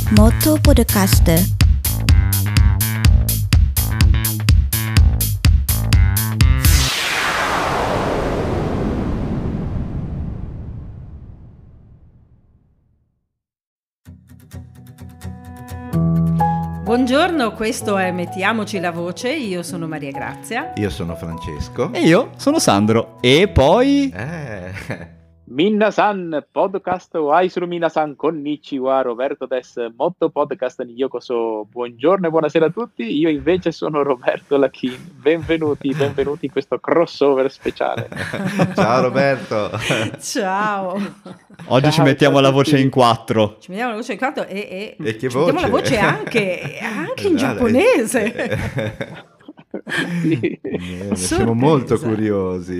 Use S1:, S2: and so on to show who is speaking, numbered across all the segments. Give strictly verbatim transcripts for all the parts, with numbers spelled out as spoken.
S1: Moto Podcast.
S2: Buongiorno, questo è Mettiamoci la voce, io sono Maria Grazia.
S3: Io sono Francesco.
S4: E io sono Sandro. E poi...
S3: Eh...
S5: Minna-san, podcast o aisuru Minna-san, konnichiwa, Roberto des Moto Podcast ni yokoso. Buongiorno e buonasera a tutti, io invece sono Roberto Lachin. Benvenuti, benvenuti in questo crossover speciale.
S3: Ciao Roberto.
S2: Ciao.
S4: Oggi
S5: Ciao,
S4: ci mettiamo la voce
S5: tutti.
S4: in quattro.
S2: Ci mettiamo la voce in quattro e, e,
S3: E che
S2: ci mettiamo la
S3: voce?
S2: voce anche, anche in
S3: Dai.
S2: giapponese.
S5: Sì.
S3: Eh, siamo molto curiosi.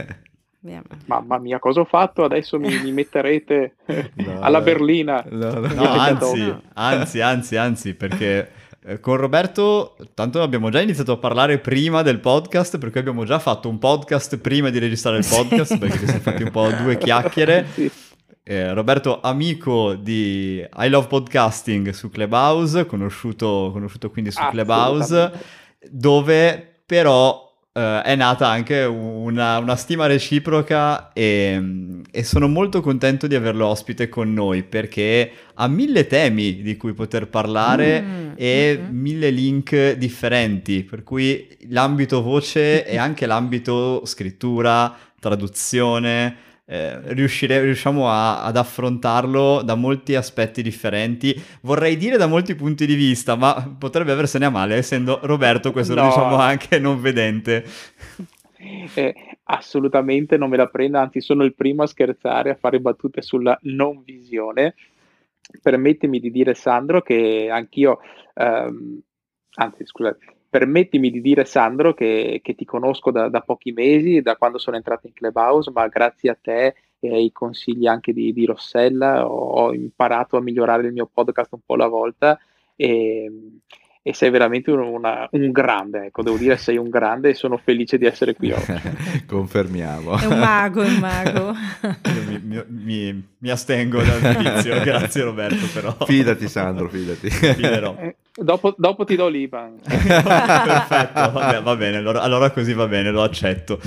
S5: Mamma mia, cosa ho fatto? Adesso mi, mi metterete
S3: No,
S5: alla berlina.
S3: No, no.
S4: No, anzi, anzi, anzi, anzi, perché eh, con Roberto tanto abbiamo già iniziato a parlare prima del podcast, perché abbiamo già fatto un podcast prima di registrare il podcast, perché ci siamo fatti un po' due chiacchiere.
S5: Sì.
S4: Eh, Roberto, amico di I Love Podcasting su Clubhouse, conosciuto, conosciuto quindi su Clubhouse,
S5: Assolutamente.
S4: dove però eh, è nata anche una, una stima reciproca e, e sono molto contento di averlo ospite con noi, perché ha mille temi di cui poter parlare
S2: Mm,
S4: e
S2: mm-mm.
S4: mille link differenti, per cui l'ambito voce e anche l'ambito scrittura, traduzione... Eh, riuscire, riusciamo a- ad affrontarlo da molti aspetti differenti, vorrei dire da molti punti di vista, ma potrebbe aversene a male, essendo Roberto, questo lo
S5: No.
S4: diciamo anche non vedente.
S5: Eh, assolutamente non me la prenda, anzi sono il primo a scherzare, a fare battute sulla non visione. Permettimi di dire, Sandro, che anch'io, ehm, anzi scusate, permettimi di dire, Sandro, che, che ti conosco da, da pochi mesi, da quando sono entrato in Clubhouse, ma grazie a te e ai consigli anche di, di Rossella ho, ho imparato a migliorare il mio podcast un po' alla volta e, e sei veramente un, una- un grande, ecco, devo dire sei un grande e sono felice di essere qui oggi.
S3: Confermiamo.
S2: È un mago, è un mago.
S4: Io mi, mi- mi- mi astengo dal giudizio, grazie Roberto, però
S3: Fidati Sandro, fidati.
S4: fiderò.
S5: Eh, dopo, dopo ti do l'I B A N.
S4: Perfetto, vabbè, va bene, allora, allora così va bene, lo accetto.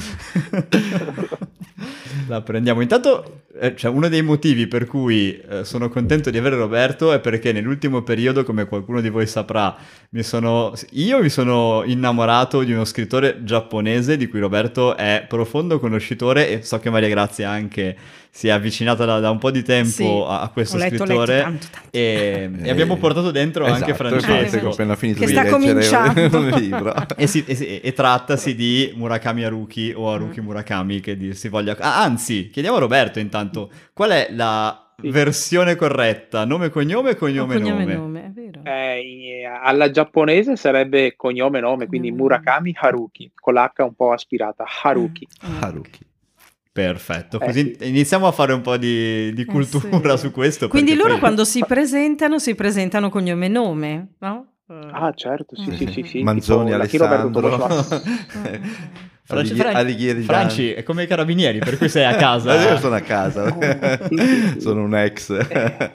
S4: La prendiamo. Intanto, eh, cioè, uno dei motivi per cui eh, sono contento di avere Roberto è perché nell'ultimo periodo, come qualcuno di voi saprà, mi sono, io mi sono innamorato di uno scrittore giapponese di cui Roberto è profondo conoscitore e so che Maria Grazia anche si è avvicinata da, da un po' di tempo
S2: Sì,
S4: a, a questo
S2: ho letto, ho
S4: scrittore
S2: letto tanto, tanto.
S4: E, e abbiamo portato dentro anche
S3: Esatto,
S4: Francesco.
S3: infatti, ho appena finito
S2: Che
S3: di
S2: sta
S3: leggere
S2: cominciando.
S3: un libro.
S4: E, si- e si- e trattasi di Murakami Haruki o Haruki Murakami, che dir si voglia. Ah, anzi, chiediamo a Roberto intanto qual è la
S5: Sì.
S4: versione corretta: nome, cognome, cognome,
S2: Cognome
S4: nome.
S2: e nome, è vero.
S5: Eh, alla giapponese sarebbe cognome nome, quindi
S2: Cognome.
S5: Murakami Haruki, con l'H un po' aspirata, Haruki.
S2: Mm.
S3: Haruki.
S4: Perfetto,
S5: Eh,
S4: così
S5: sì.
S4: iniziamo a fare un po' di, di
S2: Eh,
S4: cultura
S2: sì.
S4: su questo.
S2: Quindi
S4: perché
S2: loro
S4: poi-
S2: quando si presentano, si presentano cognome e nome, no? Eh.
S5: Ah, certo, sì,
S2: Mm.
S5: sì, sì, sì.
S3: Manzoni,
S5: tipo la Chino Roberto
S3: Alessandro.
S5: Tomaso.
S4: Franci,
S3: Alighi-
S4: Fran-
S3: Alighieri Gian.
S4: Franci, è come i carabinieri, per cui sei a casa.
S3: Io sono a casa.
S5: Sì, sì, sì.
S3: Sono un ex.
S5: Eh,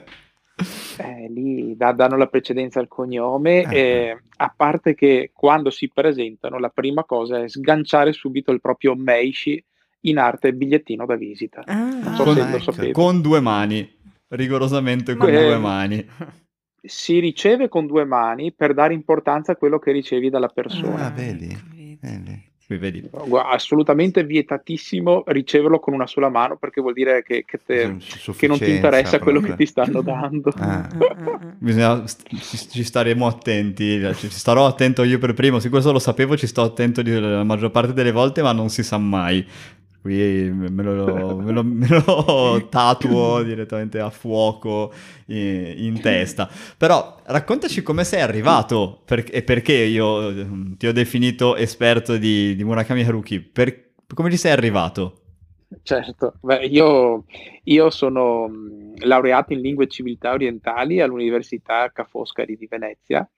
S5: eh, lì da- danno la precedenza al cognome,
S3: Ah.
S5: eh, a parte che quando si presentano la prima cosa è sganciare subito il proprio Meishi, in arte bigliettino da visita.
S2: Ah.
S5: Non so
S4: Con-
S5: se lo
S3: ecco.
S5: sapete.
S4: Con due mani, rigorosamente con
S5: Eh,
S4: due mani.
S5: Si riceve con due mani per dare importanza a quello che ricevi dalla persona.
S3: Ah, vedi?
S2: vedi.
S3: Vedi.
S4: Qui vedi.
S5: Guarda, assolutamente vietatissimo riceverlo con una sola mano perché vuol dire che, che te- che non ti interessa quello che ti stanno dando.
S3: Ah.
S2: Ah, ah, ah.
S4: Bisogna st- ci, ci staremo attenti, ci, ci starò attento io per primo, sì, questo lo sapevo, ci sto attento di- la maggior parte delle volte, ma non si sa mai. Qui me lo, me lo- me lo tatuo direttamente a fuoco in, in testa. Però raccontaci come sei arrivato per- e perché io eh, ti ho definito esperto di, di Murakami Haruki. Per- come ci sei arrivato?
S5: Certo, beh, io, io sono mh, laureato in lingue e civiltà orientali all'Università Ca' Foscari di Venezia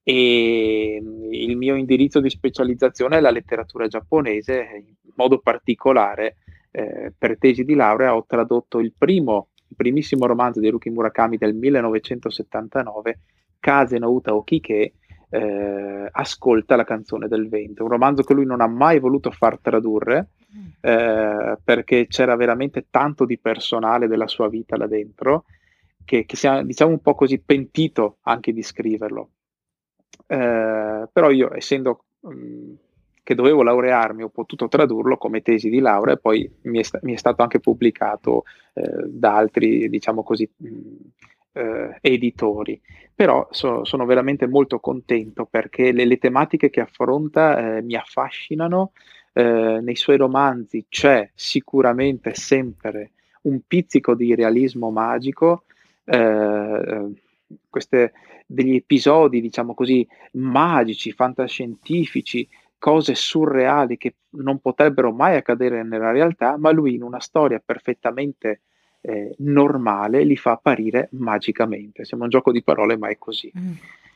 S5: e mh, il mio indirizzo di specializzazione è la letteratura giapponese, in modo particolare eh, per tesi di laurea ho tradotto il primo il primissimo romanzo di Haruki Murakami del millenovecentosettantanove, Kase no Uta o Kike, eh, ascolta la canzone del vento, un romanzo che lui non ha mai voluto far tradurre, eh, perché c'era veramente tanto di personale della sua vita là dentro, che, che si è, diciamo, un po' così pentito anche di scriverlo. Eh, però io, essendo mh, che dovevo laurearmi, ho potuto tradurlo come tesi di laurea, e poi mi è, sta- mi è stato anche pubblicato eh, da altri, diciamo così, mh, eh, editori. Però so- sono veramente molto contento, perché le, le tematiche che affronta eh, mi affascinano. Eh, nei suoi romanzi c'è sicuramente sempre un pizzico di realismo magico, eh, queste, degli episodi, diciamo così, magici, fantascientifici, cose surreali che non potrebbero mai accadere nella realtà, ma lui in una storia perfettamente eh, normale li fa apparire magicamente. Sembra un gioco di parole, ma è così.
S2: Mm.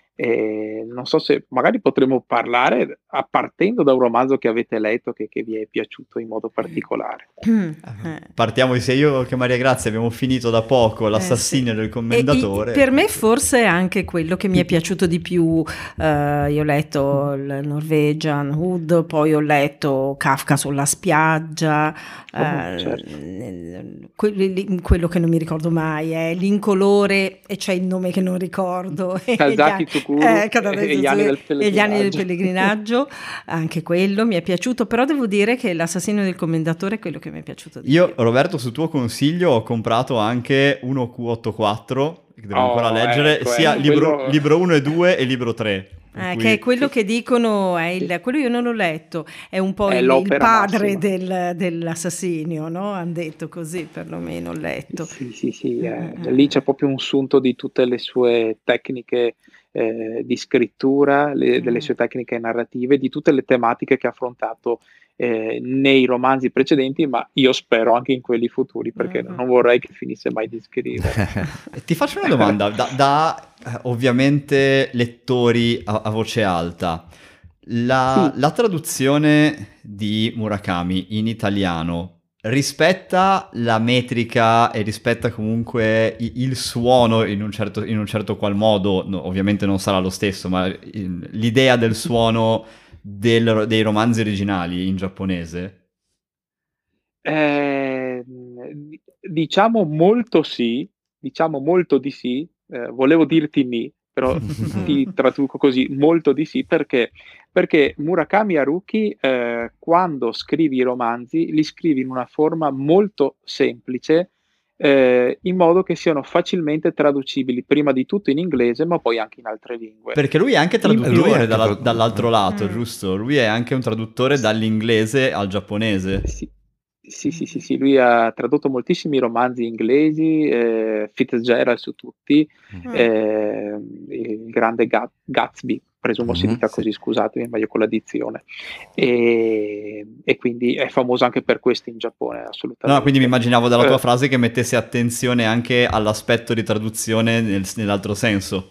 S5: E non so se magari potremmo parlare a- partendo da un romanzo che avete letto che, che vi è piaciuto in modo particolare.
S2: Eh.
S4: Partiamo sia io che Maria Grazia abbiamo finito da poco l'assassinio
S2: Eh, sì.
S4: del
S2: E-
S4: commendatore.
S2: e- per me forse è anche quello che mi è piaciuto di più. Eh, io ho letto il Norwegian Wood, poi ho letto Kafka sulla spiaggia,
S5: Oh,
S2: eh,
S5: certo.
S2: que- quello che non mi ricordo mai è L'Incolore, e c'è il nome che non ricordo, e gli
S5: Kazaki
S2: anni-
S5: Tsukuru
S2: eh, Kazaki
S5: e gli anni del
S2: Tsukuru, e gli anni del
S5: pellegrinaggio.
S2: pellegrinaggio, anche quello mi è piaciuto, però devo dire che L'Assassino del commendatore è quello che mi è piaciuto di
S4: Io,
S2: più.
S4: Roberto, su tuo consiglio ho comprato anche uno Q ottantaquattro, che devo ancora
S5: Oh,
S4: leggere,
S5: ecco,
S4: sia
S5: ecco,
S4: libro,
S5: quello-
S4: libro uno e due e libro tre. per
S2: Eh,
S4: cui-
S2: che è quello
S5: Sì.
S2: che dicono è il,
S5: Sì.
S2: quello io non l'ho letto, è un po'
S5: È
S2: il, il
S5: l'opera
S2: padre
S5: massima.
S2: del, dell'assassinio, no? Hanno detto così, perlomeno ho letto.
S5: Sì, sì, sì, eh,
S2: Mm, mm,
S5: lì
S2: mm.
S5: c'è proprio un sunto di tutte le sue tecniche eh, di scrittura, le- delle
S2: Mm.
S5: sue tecniche narrative, di tutte le tematiche che ha affrontato eh, nei romanzi precedenti, ma io spero anche in quelli futuri, perché
S2: Mm.
S5: non vorrei che finisse mai di scrivere.
S4: E Ti faccio una domanda, da, da, eh, ovviamente lettori a, a voce alta. La,
S5: Sì.
S4: la traduzione di Murakami in italiano rispetta la metrica e rispetta comunque i- il suono in un certo, in un certo qual modo, no, ovviamente non sarà lo stesso, ma il- l'idea del suono del- dei romanzi originali in giapponese?
S5: Eh, di- diciamo molto sì, diciamo molto di sì, eh, volevo dirti ni, però ti traduco così, molto di sì, perché, perché Murakami Haruki, eh, quando scrivi i romanzi, li scrivi in una forma molto semplice, eh, in modo che siano facilmente traducibili, prima di tutto in inglese, ma poi anche in altre lingue.
S4: Perché lui è anche
S5: In-
S4: traduttore
S3: Lui è anche
S4: dalla-
S3: traduttore.
S4: dall'altro lato,
S2: Mm.
S4: giusto? Lui è anche un traduttore dall'inglese al giapponese.
S5: Sì, sì, sì, sì, sì, lui ha tradotto moltissimi romanzi inglesi, eh, Fitzgerald su tutti,
S2: Mm.
S5: eh, il grande Ga- Gatsby, presumo si
S3: Mhm,
S5: dica
S3: sì.
S5: così, scusatemi, ma io con la dizione. E, e quindi è famoso anche per questo in Giappone, assolutamente.
S4: No, quindi mi immaginavo dalla tua
S5: Eh,
S4: frase che mettesse attenzione anche all'aspetto di traduzione nel- nell'altro senso.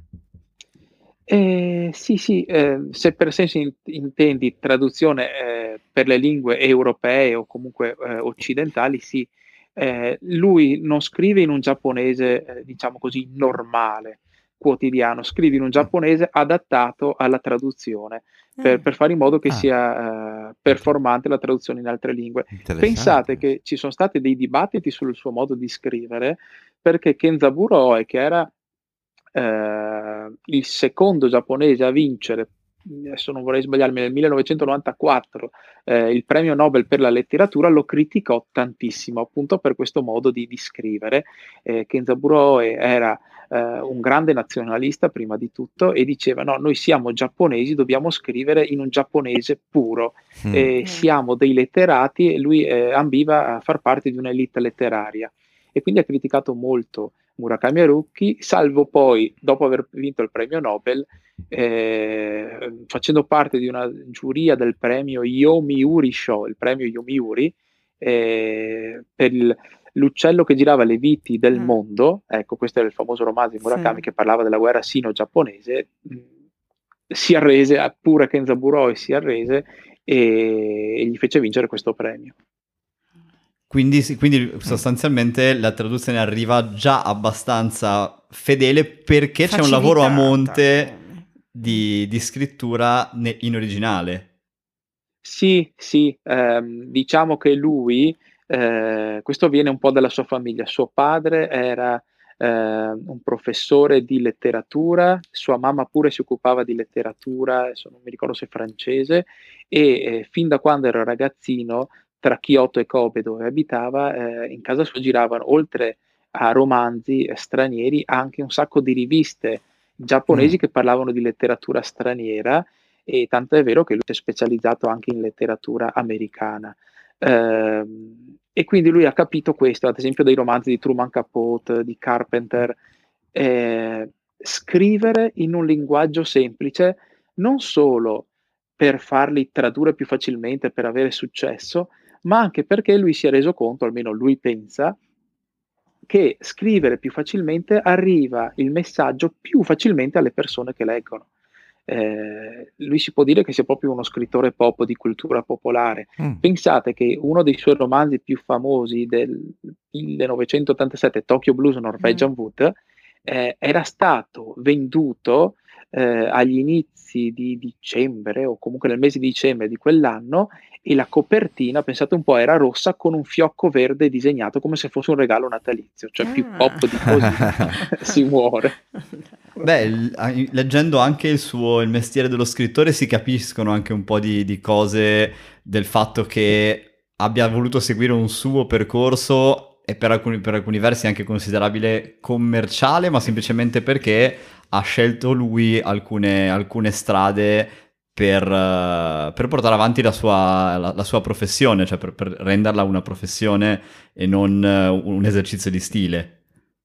S5: Eh, sì, sì, eh, se per senso in- intendi traduzione eh, per le lingue europee o comunque eh, occidentali, sì. Eh, lui non scrive in un giapponese, eh, diciamo così, normale, quotidiano, scrive in un giapponese adattato alla traduzione, per, per fare in modo che
S3: Ah.
S5: sia eh, performante la traduzione in altre lingue.
S3: Interessante.
S5: Pensate che ci sono stati dei dibattiti sul suo modo di scrivere, perché Kenzaburo Oe, che era eh, il secondo giapponese a vincere, adesso non vorrei sbagliarmi, nel millenovecentonovantaquattro eh, il premio Nobel per la letteratura, lo criticò tantissimo appunto per questo modo di, di scrivere. eh, Kenzaburo Oe era eh, un grande nazionalista prima di tutto e diceva no, noi siamo giapponesi, dobbiamo scrivere in un giapponese puro,
S3: Mm.
S5: eh,
S2: Mm.
S5: siamo dei letterati, e lui eh, ambiva a far parte di un'elite letteraria e quindi ha criticato molto Murakami Haruki, salvo poi, dopo aver vinto il premio Nobel, eh, facendo parte di una giuria del premio Yomiuri Show, il premio Yomiuri, eh, per il- l'uccello che girava le viti del
S2: Mm.
S5: mondo, ecco, questo era il famoso romanzo di Murakami
S2: Sì.
S5: che parlava della guerra sino-giapponese, mh, si arrese, pure Kenzaburo Oe si arrese e, e gli fece vincere questo premio.
S4: Quindi, sì, quindi sostanzialmente la traduzione arriva già abbastanza fedele perché c'è un lavoro a monte di, di scrittura ne- in originale.
S5: Sì, sì, ehm, diciamo che lui, eh, questo viene un po' dalla sua famiglia. Suo padre era eh, un professore di letteratura, sua mamma pure si occupava di letteratura, adesso non mi ricordo se francese, e eh, fin da quando era ragazzino, tra Kyoto e Kobe, dove abitava, eh, in casa sua giravano, oltre a romanzi eh, stranieri, anche un sacco di riviste giapponesi
S3: Mm.
S5: che parlavano di letteratura straniera, e tanto è vero che lui si è specializzato anche in letteratura americana. Ehm, e quindi lui ha capito questo, ad esempio dei romanzi di Truman Capote, di Carpenter, eh, scrivere in un linguaggio semplice, non solo per farli tradurre più facilmente, per avere successo, ma anche perché lui si è reso conto, almeno lui pensa, che scrivere più facilmente arriva il messaggio più facilmente alle persone che leggono. Eh, lui si può dire che sia proprio uno scrittore pop di cultura popolare.
S3: Mm.
S5: Pensate che uno dei suoi romanzi più famosi del millenovecentottantasette, Tokyo Blues Norwegian
S2: Mm.
S5: Wood, eh, era stato venduto eh, agli inizi di dicembre o comunque nel mese di dicembre di quell'anno, e la copertina, pensate un po', era rossa con un fiocco verde disegnato come se fosse un regalo natalizio, cioè più
S2: Ah.
S5: pop di così si muore.
S4: Beh, il- a- leggendo anche il suo, il mestiere dello scrittore si capiscono anche un po' di, di cose del fatto che abbia voluto seguire un suo percorso e per alcuni, per alcuni versi anche considerabile commerciale, ma semplicemente perché ha scelto lui alcune, alcune strade per, eh, per portare avanti la sua, la, la sua professione, cioè per, per renderla una professione e non eh, un esercizio di stile.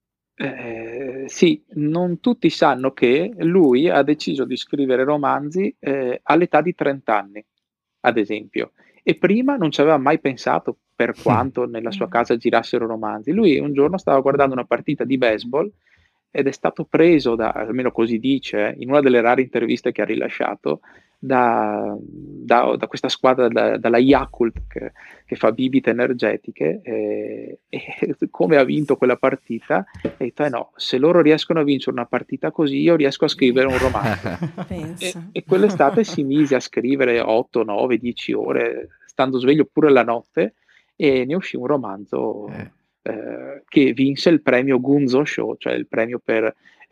S5: Eh, sì, non tutti sanno che lui ha deciso di scrivere romanzi eh, all'età di trenta anni, ad esempio, e prima non ci aveva mai pensato, per quanto nella sua casa girassero romanzi. Lui un giorno stava guardando una partita di baseball ed è stato preso da, almeno così dice, eh, in una delle rare interviste che ha rilasciato, da, da, da questa squadra, da, dalla Yakult, che, che fa bibite energetiche, eh, e come ha vinto quella partita, ha detto, eh no, se loro riescono a vincere una partita così, io riesco a scrivere un romanzo. E,
S2: Pensa.
S5: e quell'estate si mise a scrivere otto, nove, dieci ore, stando sveglio pure la notte, e ne uscì un romanzo
S3: Eh.
S5: eh, che vinse il premio Gunzo Show, cioè il premio per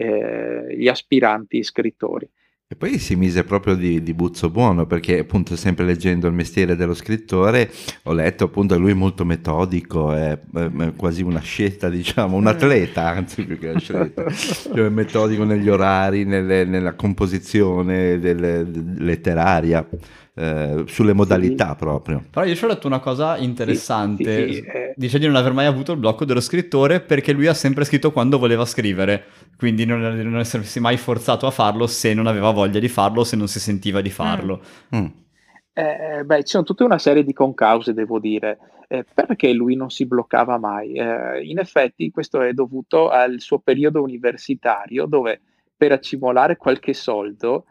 S5: eh, gli aspiranti scrittori.
S3: E poi si mise proprio di, di buzzo buono, perché appunto sempre leggendo il mestiere dello scrittore ho letto appunto lui molto metodico, è, è quasi una scelta, diciamo, un atleta anzi più che una scelta, cioè metodico negli orari, nelle- nella composizione delle- letteraria, eh, sulle modalità proprio.
S4: Però io ci ho letto una cosa interessante,
S5: Sì, sì, sì, eh.
S4: dice di non aver mai avuto il blocco dello scrittore perché lui ha sempre scritto quando voleva scrivere, quindi non, non essersi mai forzato a farlo se non aveva voglia di farlo o se non si sentiva di farlo.
S3: Mm.
S5: Eh, beh, ci sono tutta una serie di concause, devo dire. Eh, perché lui non si bloccava mai? Eh, in effetti questo è dovuto al suo periodo universitario, dove per accumulare qualche soldo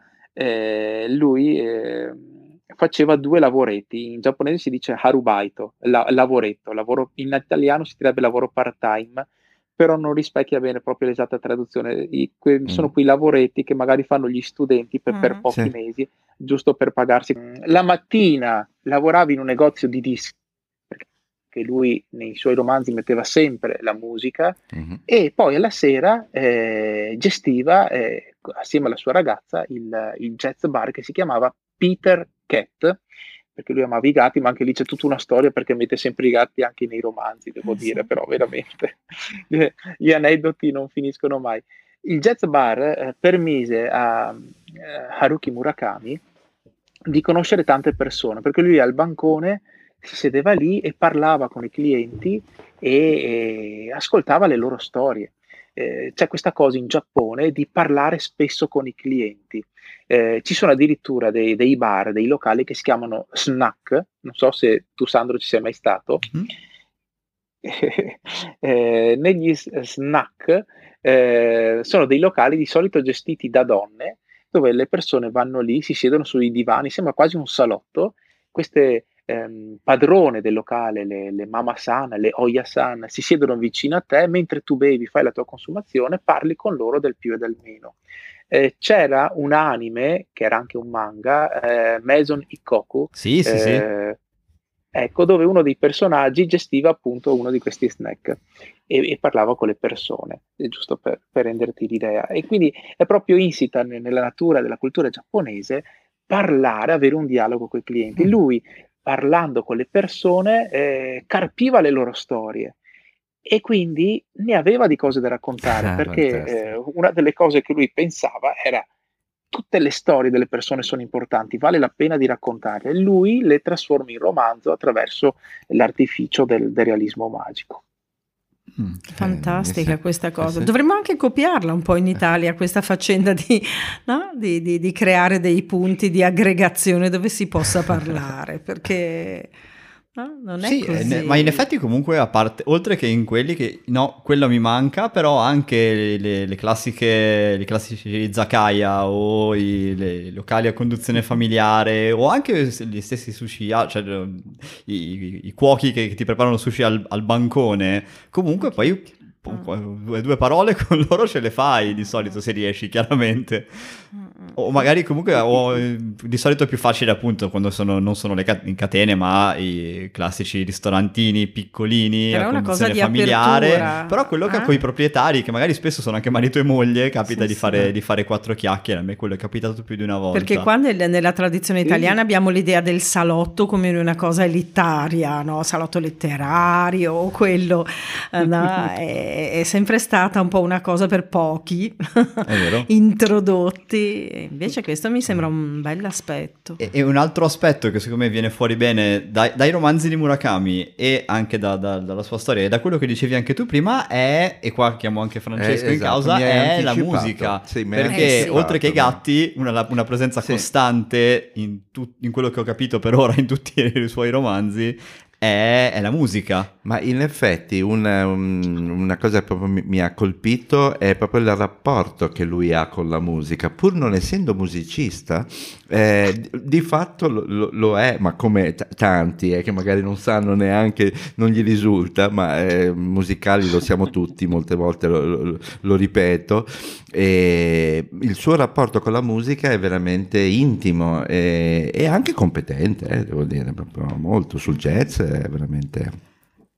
S5: eh, lui eh, faceva due lavoretti. In giapponese si dice harubaito, la- lavoretto, lavoro, in italiano si direbbe lavoro part-time, però non rispecchia bene proprio l'esatta traduzione. I- que- Sono
S3: Mm.
S5: quei lavoretti che magari fanno gli studenti per, per
S2: Mm.
S5: pochi
S3: Sì.
S5: mesi, giusto per pagarsi. La mattina lavorava in un negozio di dischi, perché lui nei suoi romanzi metteva sempre la musica,
S3: Mhm.
S5: e poi alla sera eh, gestiva, eh, assieme alla sua ragazza, il, il jazz bar che si chiamava Peter Cat, perché lui amava i gatti, ma anche lì c'è tutta una storia perché mette sempre i gatti anche nei romanzi, devo
S2: Eh,
S5: dire,
S2: sì.
S5: però veramente gli aneddoti non finiscono mai. Il jazz bar eh, permise a eh, Haruki Murakami di conoscere tante persone, perché lui al bancone si sedeva lì e parlava con i clienti e, e ascoltava le loro storie. Eh, c'è questa cosa in Giappone di parlare spesso con i clienti. Eh, ci sono addirittura dei, dei bar, dei locali che si chiamano snack, non so se tu Sandro ci sei mai stato.
S4: Mm.
S5: Eh, negli s- snack eh, sono dei locali di solito gestiti da donne, dove le persone vanno lì, si siedono sui divani, sembra quasi un salotto. Queste ehm, padrone del locale, le, le mama-san, le oya-san, si siedono vicino a te, mentre tu bevi, fai la tua consumazione, parli con loro del più e del meno. Eh, c'era un anime, che era anche un manga, eh, Maison Ikkoku,
S4: Sì, sì, sì.
S5: eh, ecco, dove uno dei personaggi gestiva appunto uno di questi snack e, e parlava con le persone, giusto per, per renderti l'idea. E quindi è proprio insita ne- nella natura della cultura giapponese parlare, avere un dialogo con i clienti. Lui, parlando con le persone, eh, carpiva le loro storie e quindi ne aveva di cose da raccontare,
S3: Ah,
S5: perché
S3: fantastico.
S5: eh, una delle cose che lui pensava era: tutte le storie delle persone sono importanti, vale la pena di raccontarle. E lui le trasforma in romanzo attraverso l'artificio del, del realismo magico.
S4: Mm.
S2: Fantastica
S3: Eh, sì.
S2: questa cosa.
S3: Eh, sì.
S2: Dovremmo anche copiarla un po' in Italia, questa faccenda di, no? di, di- di creare dei punti di aggregazione dove si possa parlare, perché no? Non è
S4: Sì, eh,
S2: così.
S4: ne- ma in effetti comunque a parte, oltre che in quelli che, no, quello mi manca, però anche le, le- le classiche, i classici izakaya o i le locali a conduzione familiare o anche se- gli stessi sushi, ah, cioè eh, i, i- i cuochi che, che ti preparano sushi al, al bancone, comunque poi po- due, due parole con loro ce le fai di solito se riesci, chiaramente. O magari comunque o, eh, di solito è più facile appunto quando sono, non sono le ca- in catene ma i classici ristorantini piccolini
S2: Però
S4: a
S2: è una cosa
S4: conduzione
S2: di
S4: familiare,
S2: apertura,
S4: però quello che
S2: eh?
S4: con i proprietari che magari spesso sono anche marito e moglie capita
S2: Sì,
S4: di,
S2: sì.
S4: fare, di fare quattro chiacchiere. A me quello è capitato più di una volta.
S2: Perché qua nel- nella tradizione
S5: Sì.
S2: italiana abbiamo l'idea del salotto come una cosa elitaria, no? Salotto letterario o quello, eh, no? è, è sempre stata un po' una cosa per pochi
S4: È vero.
S2: introdotti, e invece questo mi sembra un bel aspetto.
S4: E, e un altro aspetto che secondo me viene fuori bene dai, dai romanzi di Murakami e anche da- da- dalla sua storia e da quello che dicevi anche tu prima è, e qua chiamo anche Francesco
S3: Eh,
S4: in
S3: esatto,
S4: causa,
S3: mi hai
S4: è la
S3: anticipato.
S4: musica.
S3: Sì, mi hai
S4: perché
S2: anticipato,
S4: oltre che i
S3: no?
S4: gatti, una, una presenza
S3: Sì.
S4: costante in, tu- in quello che ho capito per ora in tutti i suoi romanzi è, è la musica.
S3: Ma in effetti una, un- una cosa che proprio mi, mi ha colpito è proprio il rapporto che lui ha con la musica, pur non essendo musicista, eh, di, di fatto lo, lo- lo è, ma come t- tanti eh, che magari non sanno neanche, non gli risulta, ma eh, musicali lo siamo tutti, molte volte lo, lo- lo ripeto, e il suo rapporto con la musica è veramente intimo e, e anche competente, eh, devo dire, proprio molto sul jazz, è veramente...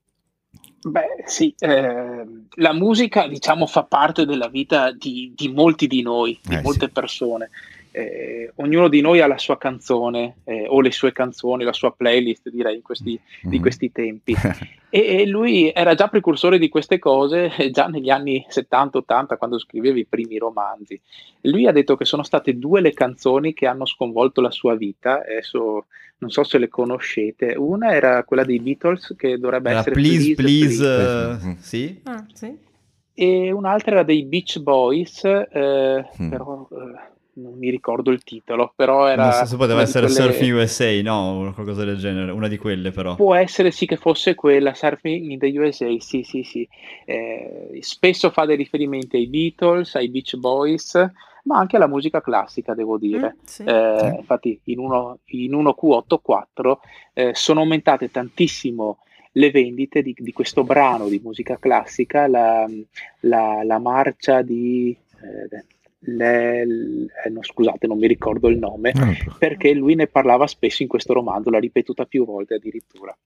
S5: Beh, sì, eh, la musica, diciamo, fa parte della vita di, di molti di noi, di
S3: Eh,
S5: molte
S3: sì.
S5: persone. Eh, ognuno di noi ha la sua canzone, eh, o le sue canzoni, la sua playlist, direi, in questi, di
S3: Mhm.
S5: questi tempi. E, e lui era già precursore di queste cose eh, già negli anni settanta ottanta, quando scriveva i primi romanzi. Lui ha detto che sono state due le canzoni che hanno sconvolto la sua vita. Adesso non so se le conoscete. Una era quella dei Beatles, che dovrebbe
S4: Era
S5: essere
S4: please, please,
S5: Please,
S4: eh,
S3: Mm.
S4: sì?
S2: Ah, sì?
S5: e un'altra era dei Beach Boys, eh,
S3: Mm.
S5: però eh, non mi ricordo il titolo, però
S4: Non so
S5: era
S4: se poteva
S5: una di
S4: essere
S5: quelle...
S4: Surfing U S A, no? O qualcosa del genere, una di quelle però.
S5: Può essere sì che fosse quella, Surfing in the U S A, sì, sì, sì. Eh, spesso fa dei riferimenti ai Beatles, ai Beach Boys, ma anche alla musica classica, devo dire.
S2: Mm, sì.
S5: Eh, infatti in, uno, in uno Q ottantaquattro eh, sono aumentate tantissimo le vendite di, di questo brano di musica classica, la, la, la marcia di... Eh, le, eh, no, scusate, non mi ricordo il nome,
S3: Ah,
S5: perché lui ne parlava spesso in questo romanzo, l'ha ripetuta più volte addirittura.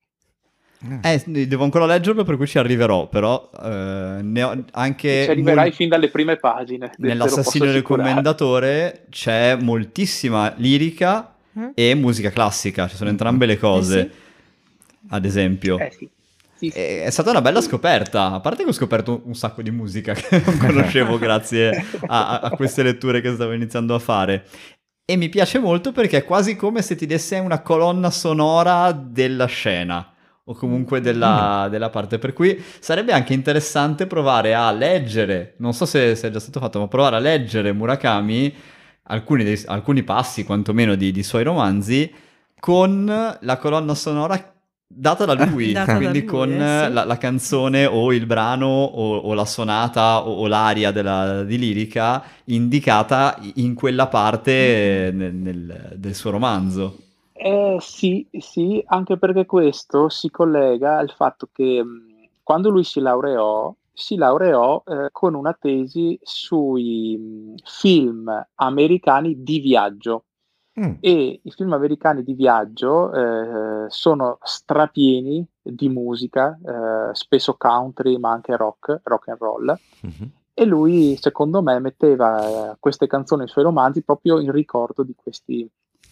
S4: Eh, devo ancora leggerlo per cui ci arriverò, però eh, ne ho anche...
S5: Ci arriverai
S4: mol-
S5: fin dalle prime pagine, te- te lo posso
S4: Nell'Assassino del
S5: assicurare.
S4: Commendatore c'è moltissima lirica
S2: Mm.
S4: e musica classica, ci sono entrambe le cose,
S2: Eh
S4: ad esempio.
S5: Eh sì, sì, sì.
S4: E- È stata una bella scoperta, a parte che ho scoperto un sacco di musica che non conoscevo grazie a, a- a queste letture che stavo iniziando a fare. E mi piace molto perché è quasi come se ti desse una colonna sonora della scena o comunque della, della parte, per cui sarebbe anche interessante provare a leggere, non so se, se è già stato fatto, ma provare a leggere Murakami, alcuni, dei- alcuni passi quantomeno di, di suoi romanzi, con la colonna sonora data da lui,
S2: Data da
S4: quindi
S2: lui,
S4: con
S2: eh, sì.
S4: la, la canzone o il brano o, o la sonata o, o l'aria della, di lirica indicata in quella parte nel- nel- del suo romanzo.
S5: Eh, sì, sì, anche perché questo si collega al fatto che mh, quando lui si laureò, si laureò eh, con una tesi sui mh, film americani di viaggio.
S3: Mm.
S5: E i film americani di viaggio eh, sono strapieni di musica, eh, spesso country, ma anche rock, rock and roll.
S3: Mhm.
S5: E lui, secondo me, metteva eh, queste canzoni nei suoi romanzi proprio in ricordo di questi,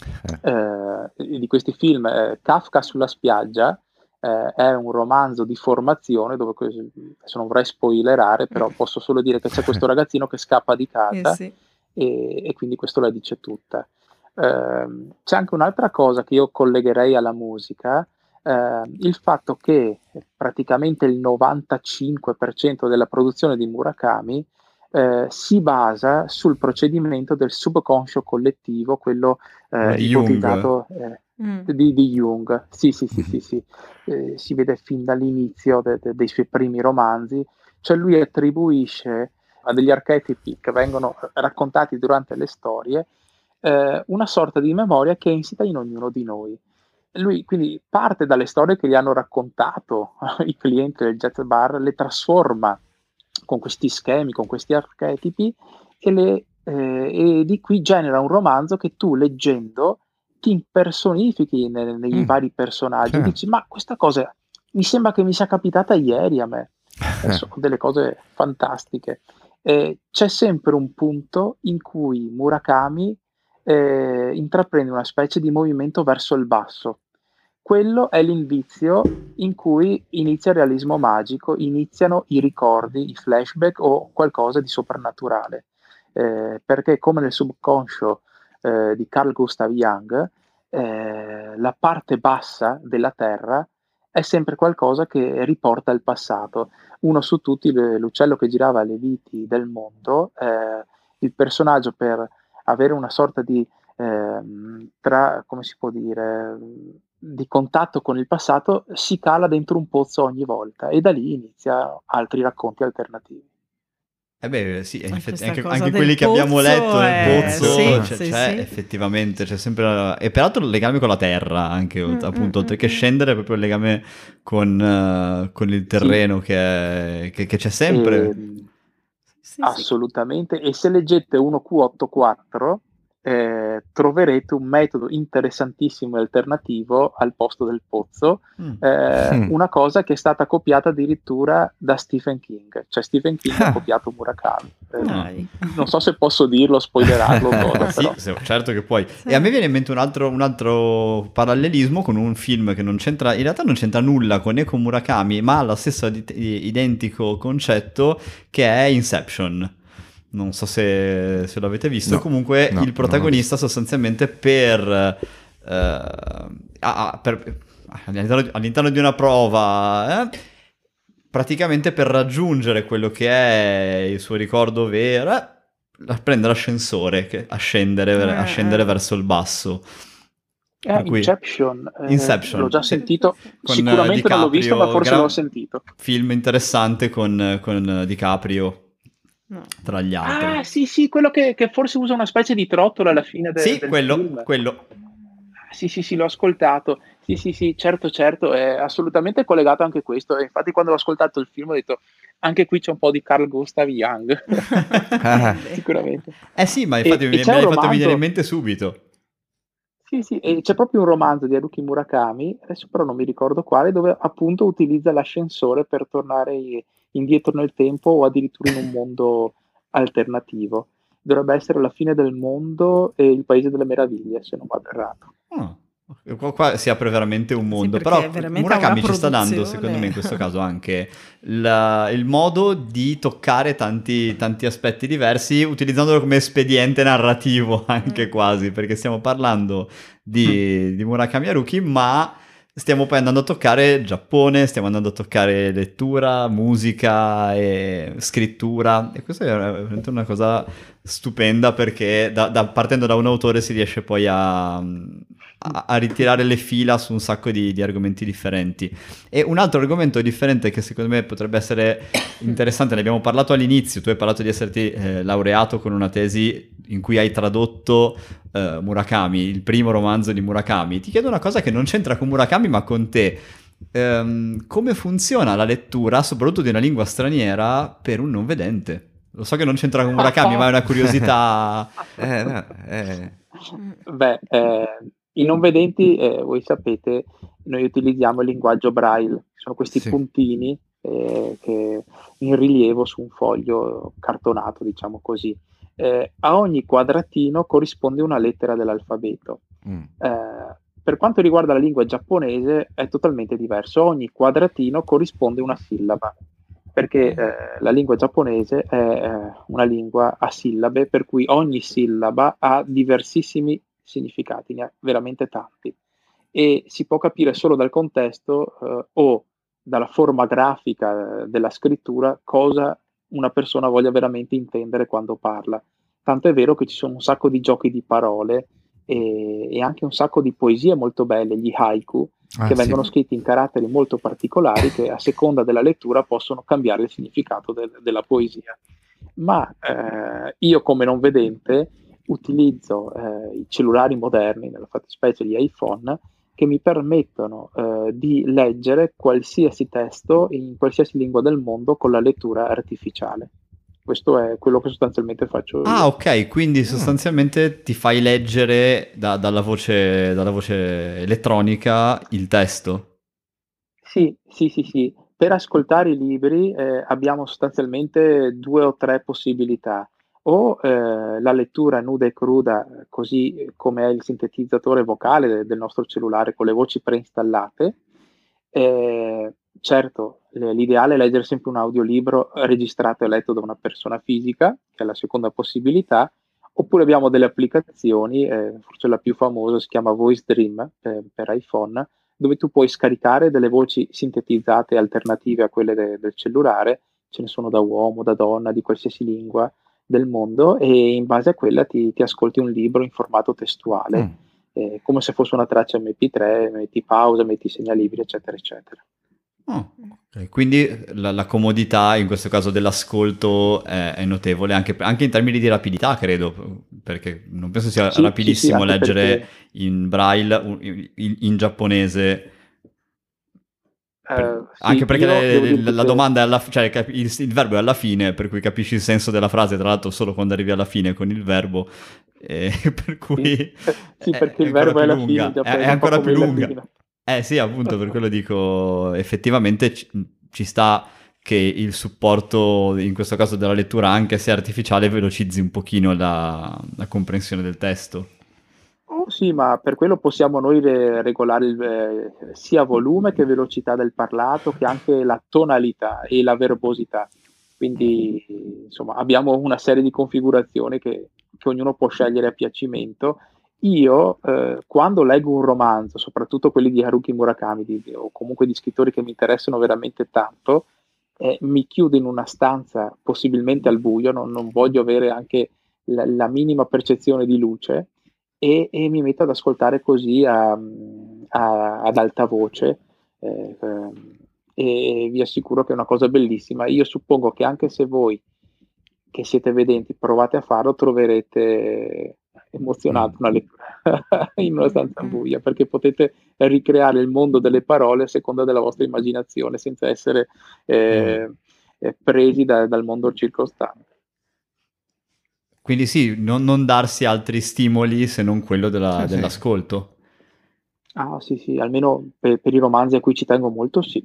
S5: eh, di questi film. Eh, Kafka sulla spiaggia eh, è un romanzo di formazione dove, que- adesso non vorrei spoilerare, però posso solo dire che c'è questo ragazzino che scappa di
S2: Eh
S5: casa
S2: sì.
S5: e, e quindi questo la dice tutta. Ehm, c'è anche un'altra cosa che io collegherei alla musica, eh, il fatto che praticamente il novantacinque per cento della produzione di Murakami eh, si basa sul procedimento del subconscio collettivo, quello
S4: Quello
S5: eh,
S4: di Jung.
S5: ipotizzato eh,
S2: Mm.
S5: di, di Jung. Sì, sì, sì, sì, sì. Eh, si vede fin dall'inizio de- de- dei suoi primi romanzi, cioè lui attribuisce a degli archetipi che vengono raccontati durante le storie eh, una sorta di memoria che è insita in ognuno di noi. Lui quindi parte dalle storie che gli hanno raccontato i clienti del Jet Bar, le trasforma con questi schemi, con questi archetipi e, le, eh, e di qui genera un romanzo che tu leggendo ti impersonifichi ne- nei
S3: Mm.
S5: vari personaggi e
S3: Certo.
S5: dici ma questa cosa mi sembra che mi sia capitata ieri a me. Eh, sono delle cose fantastiche. Eh, c'è sempre un punto in cui Murakami eh, intraprende una specie di movimento verso il basso. Quello è l'indizio in cui inizia il realismo magico, iniziano i ricordi, i flashback o qualcosa di soprannaturale. Eh, perché come nel subconscio eh, di Carl Gustav Jung, eh, la parte bassa della Terra è sempre qualcosa che riporta il passato. Uno su tutti, l- l'uccello che girava alle viti del mondo, eh, il personaggio per avere una sorta di ehm, tra, come si può dire, di contatto con il passato, si cala dentro un pozzo ogni volta e da lì inizia altri racconti alternativi.
S4: Eh beh, sì, in
S2: Eh,
S4: effetti,
S2: questa
S4: anche,
S2: cosa
S4: anche
S2: del
S4: quelli che abbiamo
S2: pozzo
S4: letto nel
S2: è-
S4: pozzo,
S2: sì,
S4: c'è,
S2: sì,
S4: c'è
S2: sì.
S4: effettivamente, c'è sempre la- e peraltro il legame con la terra, anche
S2: Mm,
S4: appunto,
S2: mm,
S4: oltre che
S2: mm,
S4: scendere, proprio il legame con, eh, con il terreno che, è- che- che c'è sempre.
S5: E,
S2: Sì, sì.
S5: assolutamente. E se leggete uno Q ottantaquattro eh, troverete un metodo interessantissimo e alternativo al posto del pozzo,
S4: Mm.
S5: eh,
S3: Mm.
S5: una cosa che è stata copiata addirittura da Stephen King, cioè Stephen King ha
S3: Ah.
S5: copiato Murakami. Eh,
S2: Dai.
S5: non so se posso dirlo, spoilerarlo o cosa,
S4: Sì,
S5: però.
S4: se- certo che puoi.
S2: Sì.
S4: E a me viene in mente un altro, un altro parallelismo con un film che non c'entra, in realtà non c'entra nulla con né con Murakami, ma ha lo stesso id- identico concetto, che è Inception. Non so se, se l'avete visto.
S3: No,
S4: Comunque
S3: no,
S4: il protagonista sostanzialmente per, eh, ah, ah, per- all'interno, all'interno di una prova, eh, praticamente per raggiungere quello che è il suo ricordo vero, eh, prende l'ascensore che- a scendere, a
S2: Eh,
S4: scendere
S2: eh.
S4: verso il basso.
S5: Eh,
S4: Per cui-
S5: Inception, eh,
S4: Inception,
S5: l'ho già
S4: sì.
S5: sentito,
S4: Con, eh,
S5: sicuramente non l'ho visto, ma
S4: DiCaprio,
S5: forse
S4: gran-
S5: l'ho sentito.
S4: Film interessante con, con DiCaprio,
S2: No.
S4: tra gli altri.
S5: Ah, sì, sì, quello che, che forse usa una specie di trottola alla fine de-
S4: Sì,
S5: del
S4: quello,
S5: film.
S4: quello.
S5: Sì, sì, sì, l'ho ascoltato. Sì, sì, sì, certo, certo, è assolutamente collegato anche questo. E infatti quando ho ascoltato il film ho detto, anche qui c'è un po' di Carl Gustav Jung.
S3: Ah.
S5: Sicuramente.
S4: Eh sì, ma
S5: E-
S4: infatti
S5: e
S4: mi,
S5: c'è
S4: me l'hai
S5: un
S4: fatto venire in
S5: romanzo-
S4: mente subito.
S5: Sì, sì, e c'è proprio un romanzo di Haruki Murakami, adesso però non mi ricordo quale, dove appunto utilizza l'ascensore per tornare i- indietro nel tempo o addirittura in un mondo alternativo. Dovrebbe essere la fine del mondo e il paese delle meraviglie, se non vado errato.
S4: Ah, qua, qua si apre veramente un
S2: Sì,
S4: mondo,
S2: perché
S4: però
S2: è veramente
S4: Murakami
S2: una
S4: ci sta dando,
S2: produzione.
S4: secondo me in questo caso, anche la- il modo di toccare tanti, tanti aspetti diversi, utilizzandolo come espediente narrativo anche
S2: Mm.
S4: quasi, perché stiamo parlando di, di Murakami Haruki, ma stiamo poi andando a toccare Giappone, stiamo andando a toccare lettura, musica e scrittura, e questa è veramente una cosa stupenda, perché da- da- partendo da un autore si riesce poi a, a- a ritirare le fila su un sacco di, di argomenti differenti. E un altro argomento differente che secondo me potrebbe essere interessante, ne abbiamo parlato all'inizio, tu hai parlato di esserti eh, laureato con una tesi in cui hai tradotto uh, Murakami, il primo romanzo di Murakami, ti chiedo una cosa che non c'entra con Murakami ma con te. Um, come funziona la lettura, soprattutto di una lingua straniera, per un non vedente? Lo so che non c'entra con Murakami, ma è una curiosità.
S3: eh, no, eh.
S5: Beh, eh, i non vedenti, eh, voi sapete, noi utilizziamo il linguaggio Braille, sono questi
S3: Sì.
S5: puntini eh, che in rilievo su un foglio cartonato, diciamo così. Eh, a ogni quadratino corrisponde una lettera dell'alfabeto.
S3: Mm.
S5: Eh, per quanto riguarda la lingua giapponese è totalmente diverso, ogni quadratino corrisponde una sillaba, perché eh, la lingua giapponese è eh, una lingua a sillabe, per cui ogni sillaba ha diversissimi significati, ne ha veramente tanti, e si può capire solo dal contesto eh, o dalla forma grafica eh, della scrittura cosa una persona voglia veramente intendere quando parla. Tanto è vero che ci sono un sacco di giochi di parole e, e anche un sacco di poesie molto belle, gli haiku,
S3: Ah,
S5: che
S3: sì.
S5: vengono scritti in caratteri molto particolari che a seconda della lettura possono cambiare il significato del, della poesia. Ma eh, io come non vedente utilizzo eh, i cellulari moderni, nella fattispecie gli iPhone, che mi permettono eh, di leggere qualsiasi testo in qualsiasi lingua del mondo con la lettura artificiale. Questo è quello che sostanzialmente faccio io.
S4: Ah, ok, quindi sostanzialmente ti fai leggere da- dalla voce, dalla voce elettronica il testo.
S5: Sì, sì, sì, sì. Per ascoltare i libri eh, abbiamo sostanzialmente due o tre possibilità. O eh, la lettura nuda e cruda, così come è il sintetizzatore vocale de- del nostro cellulare con le voci preinstallate. Eh, certo, l- l'ideale è leggere sempre un audiolibro registrato e letto da una persona fisica, che è la seconda possibilità. Oppure abbiamo delle applicazioni, eh, forse la più famosa si chiama Voice Dream eh, per iPhone, dove tu puoi scaricare delle voci sintetizzate alternative a quelle de- del cellulare, ce ne sono da uomo, da donna, di qualsiasi lingua del mondo, e in base a quella ti, ti ascolti un libro in formato testuale,
S3: Mm.
S5: eh, come se fosse una traccia M P tre, metti pausa, metti segnalibri, eccetera, eccetera.
S4: Oh, ok. Quindi la, la comodità in questo caso dell'ascolto è, è notevole anche, anche in termini di rapidità, credo, perché non penso sia
S5: Sì,
S4: rapidissimo
S5: sì, sì, anche
S4: leggere
S5: perché-
S4: in braille, un- in, in giapponese. Per-
S5: Eh, sì,
S4: anche perché
S5: io
S4: le-
S5: devo
S4: le-
S5: dirti
S4: la
S5: che-
S4: domanda è alla fi- cioè cap- il, il verbo è alla fine, per cui capisci il senso della frase, tra l'altro solo quando arrivi alla fine con il verbo, e per cui
S5: Sì, sì,
S4: è-
S5: perché
S4: è
S5: il
S4: ancora
S5: verbo è
S4: più
S5: alla fine,
S4: lunga.
S5: in
S4: È,
S5: giapponese
S4: è
S5: è un po'
S4: ancora
S5: come
S4: più
S5: il
S4: lunga.
S5: latino.
S4: Eh sì, appunto, per quello dico, effettivamente ci, ci sta che il supporto, in questo caso della lettura, anche se artificiale, velocizzi un pochino la, la comprensione del testo.
S5: Oh, sì, ma per quello possiamo noi re- regolare il, eh, sia volume che velocità del parlato, che anche la tonalità e la verbosità. Quindi, insomma, abbiamo una serie di configurazioni che, che ognuno può scegliere a piacimento. Io, eh, quando leggo un romanzo, soprattutto quelli di Haruki Murakami, di- o comunque di scrittori che mi interessano veramente tanto, eh, mi chiudo in una stanza, possibilmente al buio, non, non voglio avere anche la, la minima percezione di luce, e, e mi metto ad ascoltare così a, a- ad alta voce, eh, ehm, e vi assicuro che è una cosa bellissima. Io suppongo che anche se voi che siete vedenti provate a farlo, troverete emozionante una lettura in una stanza buia, perché potete ricreare il mondo delle parole a seconda della vostra immaginazione senza essere eh, eh, presi da- dal mondo circostante.
S4: Quindi sì, non, non darsi altri stimoli se non quello della-
S3: Sì, sì.
S4: dell'ascolto.
S5: Ah, sì, sì, almeno per, per i romanzi a cui ci tengo molto, sì.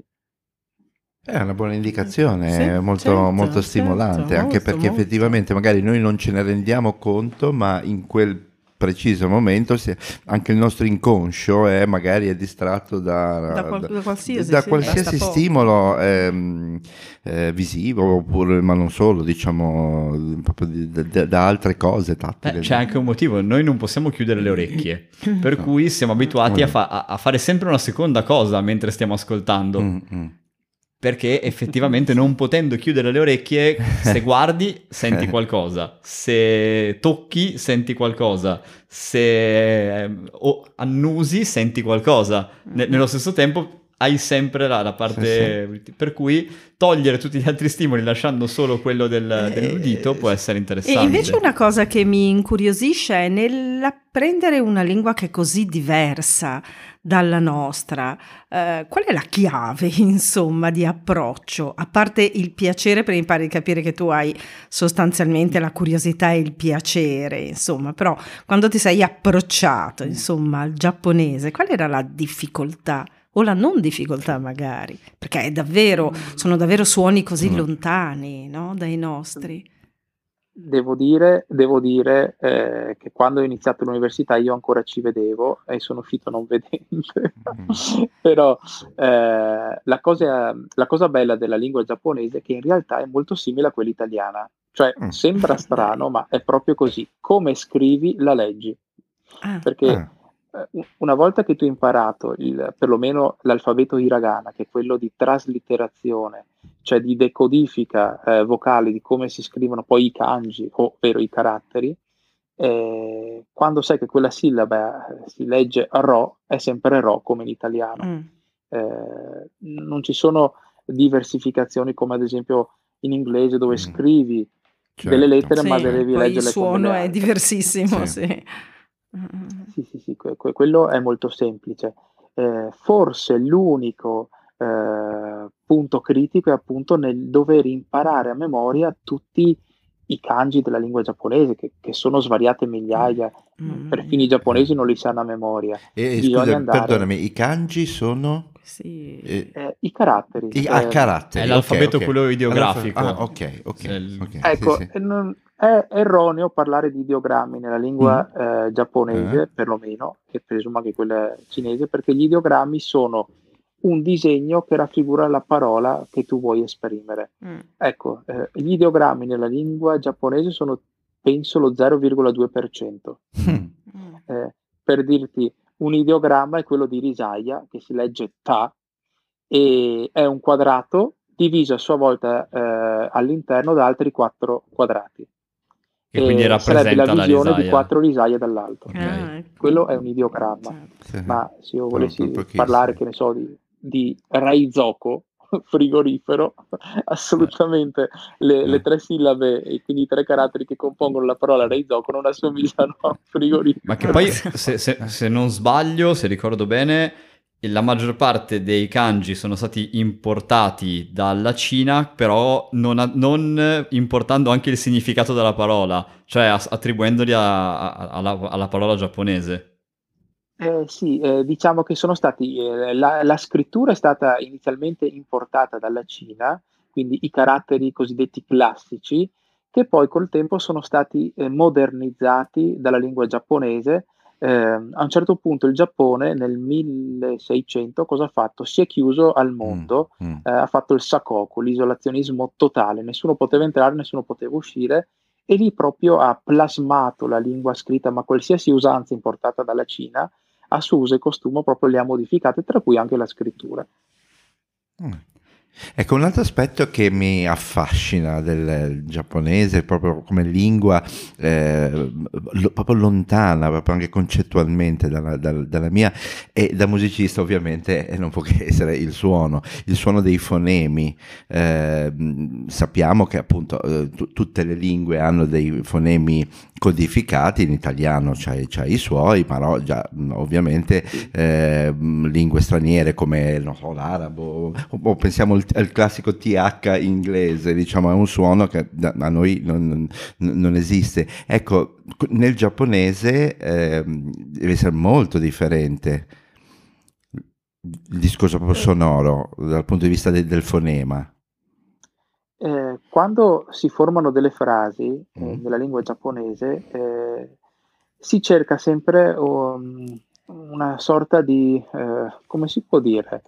S3: È una buona indicazione,
S2: Sì,
S3: è molto,
S2: certo,
S3: molto stimolante,
S2: certo,
S3: anche
S2: molto,
S3: perché
S2: molto.
S3: effettivamente magari noi non ce ne rendiamo conto, ma in quel preciso momento si- anche il nostro inconscio è magari è distratto da,
S2: Da qual- da qualsiasi,
S3: da
S2: sì,
S3: qualsiasi
S2: basta poco.
S3: stimolo ehm, eh, visivo, oppure, ma non solo, diciamo, proprio di- da, da altre cose tattili.
S4: Eh, c'è anche un motivo, noi non possiamo chiudere le orecchie, per cui siamo abituati a, fa- a- a fare sempre una seconda cosa mentre stiamo ascoltando.
S3: Mm, mm.
S4: Perché effettivamente non potendo chiudere le orecchie, se guardi senti qualcosa, se tocchi senti qualcosa, se eh, o annusi senti qualcosa. Ne- nello stesso tempo hai sempre la, la parte, sì, per cui togliere tutti gli altri stimoli lasciando solo quello del, dell'udito può essere interessante.
S2: E invece una cosa che mi incuriosisce è nell'apprendere una lingua che è così diversa dalla nostra, eh, qual è la chiave, insomma, di approccio? A parte il piacere, per mi pare di capire che tu hai sostanzialmente la curiosità e il piacere, insomma, però quando ti sei approcciato, insomma, al giapponese, qual era la difficoltà? O la non difficoltà magari, perché è davvero, sono davvero suoni così
S3: Mm.
S2: lontani, no, dai nostri.
S5: Devo dire, devo dire eh, che quando ho iniziato l'università io ancora ci vedevo e sono uscito non vedente. Però eh, la cosa, la cosa bella della lingua giapponese è che in realtà è molto simile a quella italiana. Cioè,
S3: Mm.
S5: sembra strano, ma è proprio così. Come scrivi, la leggi.
S2: Ah,
S5: Perché
S3: Ah.
S5: eh, una volta che tu hai imparato il, perlomeno l'alfabeto hiragana, che è quello di traslitterazione, cioè di decodifica eh, vocale di come si scrivono poi i kanji, ovvero i caratteri, eh, quando sai che quella sillaba eh, si legge ro, è sempre ro come in italiano.
S2: mm.
S5: Eh, non ci sono diversificazioni come ad esempio in inglese dove
S3: Mm.
S5: scrivi
S3: Certo.
S5: delle lettere ma
S2: Sì,
S5: devi
S2: poi il
S5: leggerle con
S2: suono
S5: delle
S2: è
S5: altre.
S2: diversissimo,
S3: Sì.
S2: sì. Mm.
S5: Sì, sì, sì, que- que- quello è molto semplice. Eh, forse l'unico eh, punto critico è appunto nel dover imparare a memoria tutti i kanji della lingua giapponese, che, che sono svariate migliaia.
S2: Mm.
S5: Perfino i giapponesi non li sanno a memoria.
S3: E, e
S5: Bisogna
S3: scusa,
S5: andare-
S3: perdonami, i kanji sono
S2: Sì.
S3: eh,
S5: Eh, I caratteri.
S3: i ah,
S5: eh,
S3: caratteri.
S4: È l'alfabeto
S3: ok, ok.
S4: quello ideografico.
S3: Ah, ok, ok.
S4: Se il-
S3: ok,
S5: Ecco,
S3: sì, sì.
S5: e non- è erroneo parlare di ideogrammi nella lingua eh, giapponese,
S3: Eh.
S5: perlomeno, e presumo che quella cinese, perché gli ideogrammi sono un disegno che raffigura la parola che tu vuoi esprimere.
S2: Mm.
S5: Ecco, eh, gli ideogrammi nella lingua giapponese sono, penso, lo zero virgola due per cento.
S3: Mm.
S2: Mm.
S5: Eh, per dirti, un ideogramma è quello di Risaya, che si legge ta, e è un quadrato diviso a sua volta eh, all'interno da altri quattro quadrati.
S4: Che quindi
S5: E sarebbe la
S4: rappresenta la
S5: visione di
S4: risaia.
S5: quattro risaie dall'alto.
S3: Ok.
S2: Ah, ecco.
S5: Quello è un ideogramma.
S2: Certo.
S3: Sì.
S5: Ma se io
S3: Però
S5: volessi
S3: proprio pochissimo.
S5: parlare, che ne so, di, di Raizoko, frigorifero, assolutamente le, le
S3: Eh.
S5: tre sillabe e quindi i tre caratteri che compongono la parola Raizoko non assomigliano a un frigorifero.
S4: Ma che poi, se, se- se non sbaglio, se ricordo bene, la maggior parte dei kanji sono stati importati dalla Cina, però non, a- non importando anche il significato della parola, cioè as- attribuendoli a- a- alla, alla parola giapponese.
S5: Eh, sì, eh, diciamo che sono stati, eh, la, la scrittura è stata inizialmente importata dalla Cina, quindi i caratteri cosiddetti classici, che poi col tempo sono stati eh, modernizzati dalla lingua giapponese. Eh, a un certo punto il Giappone nel milleseicento cosa ha fatto? Si è chiuso al mondo,
S3: Mm, mm.
S5: eh, ha fatto il sakoku, l'isolazionismo totale, nessuno poteva entrare, nessuno poteva uscire, e lì proprio ha plasmato la lingua scritta, ma qualsiasi usanza importata dalla Cina, a suo uso e costume proprio le ha modificate, tra cui anche la scrittura.
S3: Mm. Ecco, un altro aspetto che mi affascina del giapponese, proprio come lingua, eh, lo- proprio lontana, proprio anche concettualmente dalla, dal- dalla mia, e da musicista ovviamente eh, non può che essere il suono, il suono dei fonemi. Eh, mh, sappiamo che appunto eh, tu- tutte le lingue hanno dei fonemi codificati, in italiano c'ha, c'ha i suoi, ma no, già, mh, ovviamente eh, mh, lingue straniere come non so, l'arabo, o, o pensiamo al al classico T H inglese, diciamo, è un suono che da- a noi non, non- non esiste. Ecco, nel giapponese eh, deve essere molto differente il discorso proprio sonoro dal punto di vista de- del fonema.
S5: Eh, quando si formano delle frasi eh,
S3: Mm.
S5: nella lingua giapponese, eh, si cerca sempre um, una sorta di, eh, come si può dire,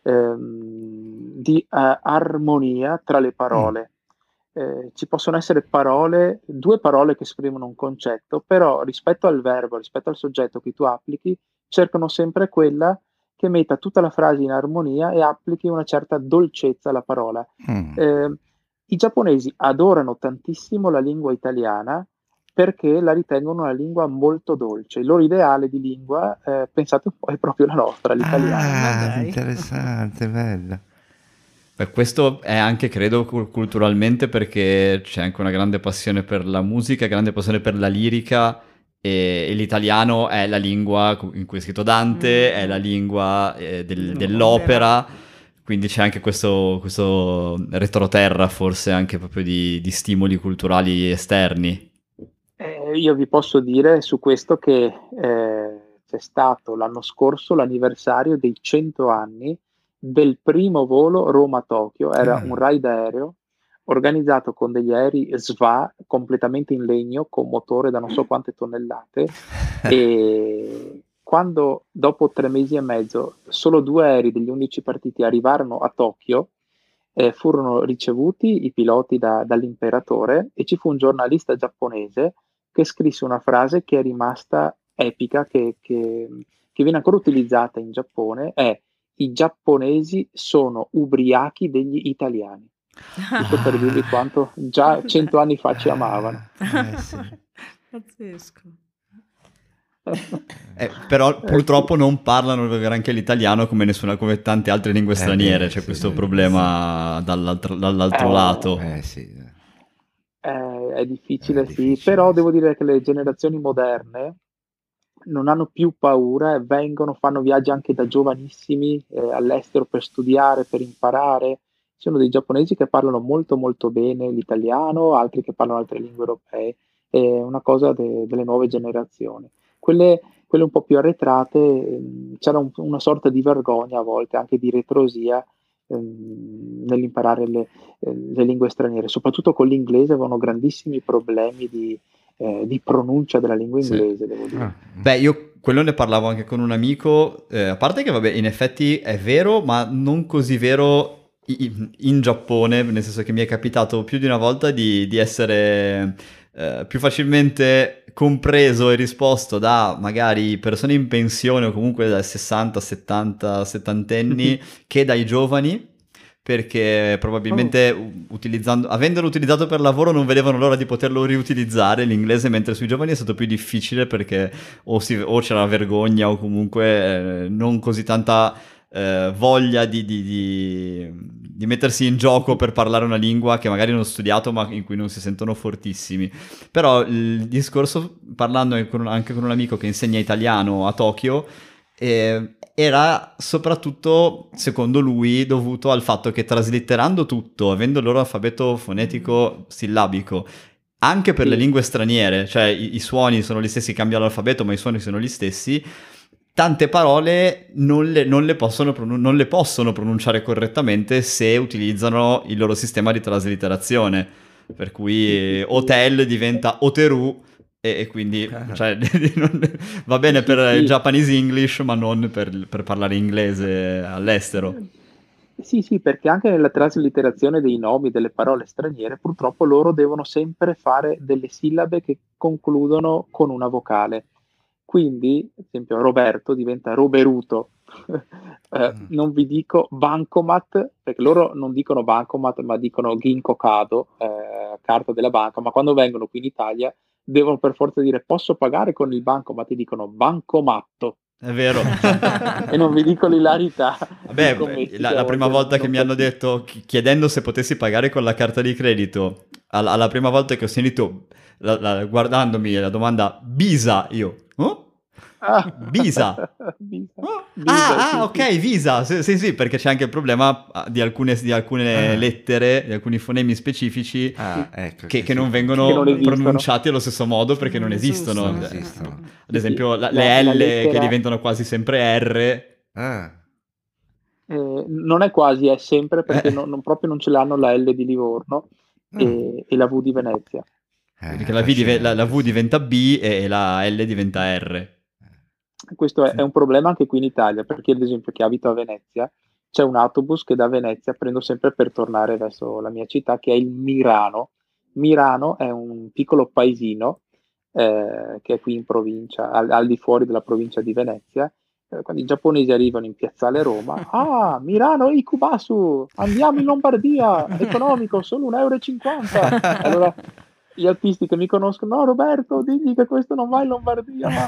S5: ehm, di eh, armonia tra le parole. Eh, ci possono essere parole, due parole che esprimono un concetto, però rispetto al verbo, rispetto al soggetto che tu applichi, cercano sempre quella che metta tutta la frase in armonia e applichi una certa dolcezza alla parola.
S3: Mm.
S5: Eh, I giapponesi adorano tantissimo la lingua italiana perché la ritengono una lingua molto dolce. Il loro ideale di lingua, eh, pensate un po', è proprio la nostra, l'italiano.
S3: Ah,
S2: dai.
S3: interessante, bello.
S4: Beh, questo è anche, credo, cul- culturalmente perché c'è anche una grande passione per la musica, grande passione per la lirica e, e l'italiano è la lingua cu- in cui è scritto Dante,
S2: Mm.
S4: è la lingua eh, del-
S2: L'opera.
S4: dell'opera, quindi c'è anche questo, questo retroterra forse anche proprio di, di stimoli culturali esterni.
S5: Eh, io vi posso dire su questo che eh, c'è stato l'anno scorso l'anniversario dei cento anni del primo volo Roma-Tokyo. Era
S3: Ah.
S5: un ride aereo organizzato con degli aerei S V A completamente in legno, con motore da non so quante tonnellate, e quando dopo tre mesi e mezzo solo due aerei degli undici partiti arrivarono a Tokyo, eh, furono ricevuti i piloti da- dall'imperatore e ci fu un giornalista giapponese che scrisse una frase che è rimasta epica, che, che- che viene ancora utilizzata in Giappone, è: i giapponesi sono ubriachi degli italiani. Giusto per dirvi quanto già cento anni fa ci amavano.
S3: Eh, sì.
S2: Pazzesco.
S4: Eh, però
S5: Eh,
S4: purtroppo non parlano granché l'italiano come, nessuna, come tante altre lingue
S3: Eh,
S4: straniere,
S3: beh,
S4: c'è
S3: sì,
S4: questo
S3: sì,
S4: problema dall'altro, dall'altro
S5: Eh,
S4: lato.
S3: Eh sì.
S5: Eh, è difficile,
S3: È
S5: sì,
S3: difficile,
S5: però
S3: sì.
S5: devo dire che le generazioni moderne non hanno più paura e vengono, fanno viaggi anche da giovanissimi eh, all'estero per studiare, per imparare. Ci sono dei giapponesi che parlano molto molto bene l'italiano, altri che parlano altre lingue europee, è una cosa de- delle nuove generazioni. Quelle, quelle un po' più arretrate, ehm, c'era un- una sorta di vergogna a volte, anche di ritrosia ehm, nell'imparare le, eh, le lingue straniere, soprattutto con l'inglese avevano grandissimi problemi di, eh, di pronuncia della lingua
S4: Sì.
S5: inglese, devo dire.
S3: Ah.
S4: Beh, io quello ne parlavo anche con un amico, eh, a parte che vabbè, in effetti è vero, ma non così vero i- in Giappone, nel senso che mi è capitato più di una volta di, di essere eh, più facilmente compreso e risposto da magari persone in pensione o comunque dai sessanta, settanta, settantenni che dai giovani. Perché probabilmente u- utilizzando, avendolo utilizzato per lavoro non vedevano l'ora di poterlo riutilizzare l'inglese, mentre sui giovani è stato più difficile perché o, si- o c'era vergogna o comunque eh, non così tanta eh, voglia di, di- di- di mettersi in gioco per parlare una lingua che magari non ho studiato ma in cui non si sentono fortissimi. Però il discorso, parlando anche con un, anche con un amico che insegna italiano a Tokyo, eh, era soprattutto, secondo lui, dovuto al fatto che traslitterando tutto, avendo il loro alfabeto fonetico sillabico, anche per
S5: Sì.
S4: le lingue straniere, cioè i, i suoni sono gli stessi, cambia l'alfabeto, ma i suoni sono gli stessi, tante parole non le, non le possono, pronun- non le possono pronunciare correttamente se utilizzano il loro sistema di traslitterazione. Per cui
S5: Sì, sì,
S4: eh,
S5: sì.
S4: hotel diventa Oteru, e, e quindi
S3: Ah.
S4: cioè, non- va bene
S5: Sì,
S4: per
S5: sì.
S4: il Japanese English, ma non per, per parlare inglese all'estero.
S5: Sì, sì, perché anche nella traslitterazione dei nomi delle parole straniere, purtroppo loro devono sempre fare delle sillabe che concludono con una vocale. Quindi, ad esempio, Roberto diventa Roberuto. Eh, non vi dico bancomat, perché loro non dicono bancomat, ma dicono Ginko Kado, eh, carta della banca, ma quando vengono qui in Italia devono per forza dire posso pagare con il bancomat e dicono bancomatto.
S4: È vero.
S5: E non vi dico l'ilarità dei
S4: Vabbè,
S5: commessi
S4: la,
S5: che a
S4: la prima
S5: volte
S4: volta che
S5: non
S4: mi hanno
S5: capisco.
S4: detto, chi- chiedendo se potessi pagare con la carta di credito, alla, alla prima volta che ho sentito, la- la- guardandomi la domanda Visa, io, oh?
S5: Ah.
S4: Visa?
S5: Visa.
S4: Oh,
S5: Visa,
S4: ah,
S5: sì,
S4: ah, ok,
S5: sì.
S4: Visa, sì, sì, sì, perché c'è anche il problema ah, di alcune, di alcune
S3: Ah.
S4: lettere, di alcuni fonemi specifici
S3: Ah, ecco.
S4: che, che
S3: sì.
S4: non
S5: Che
S4: vengono
S5: non esistono.
S4: pronunciati allo stesso modo perché non,
S2: Non
S4: esistono.
S3: Non
S2: esistono.
S3: esistono.
S4: Ad
S5: Sì,
S4: esempio
S5: sì.
S4: la-
S5: La-
S4: le
S5: la
S4: L che
S5: lettera-
S4: diventano quasi sempre R.
S3: Ah,
S5: Eh, non è quasi, è sempre perché
S4: Eh.
S5: non, non- proprio non ce l'hanno la L di Livorno e, e la V di Venezia.
S3: eh,
S4: Perché la V, dive- la- la V
S3: affascinante, sì.
S4: diventa B e la L diventa R.
S5: Questo è, è un problema anche qui in Italia, perché ad esempio che abito a Venezia, c'è un autobus che da Venezia prendo sempre per tornare verso la mia città, che è il Mirano. Mirano è un piccolo paesino eh, che è qui in provincia, al, al di fuori della provincia di Venezia. Eh, quando i giapponesi arrivano in piazzale Roma, ah, Mirano Ikubasu, andiamo in Lombardia, economico, solo un euro e cinquanta. Allora gli artisti che mi conoscono, no Roberto, digli che questo non va in Lombardia, ma...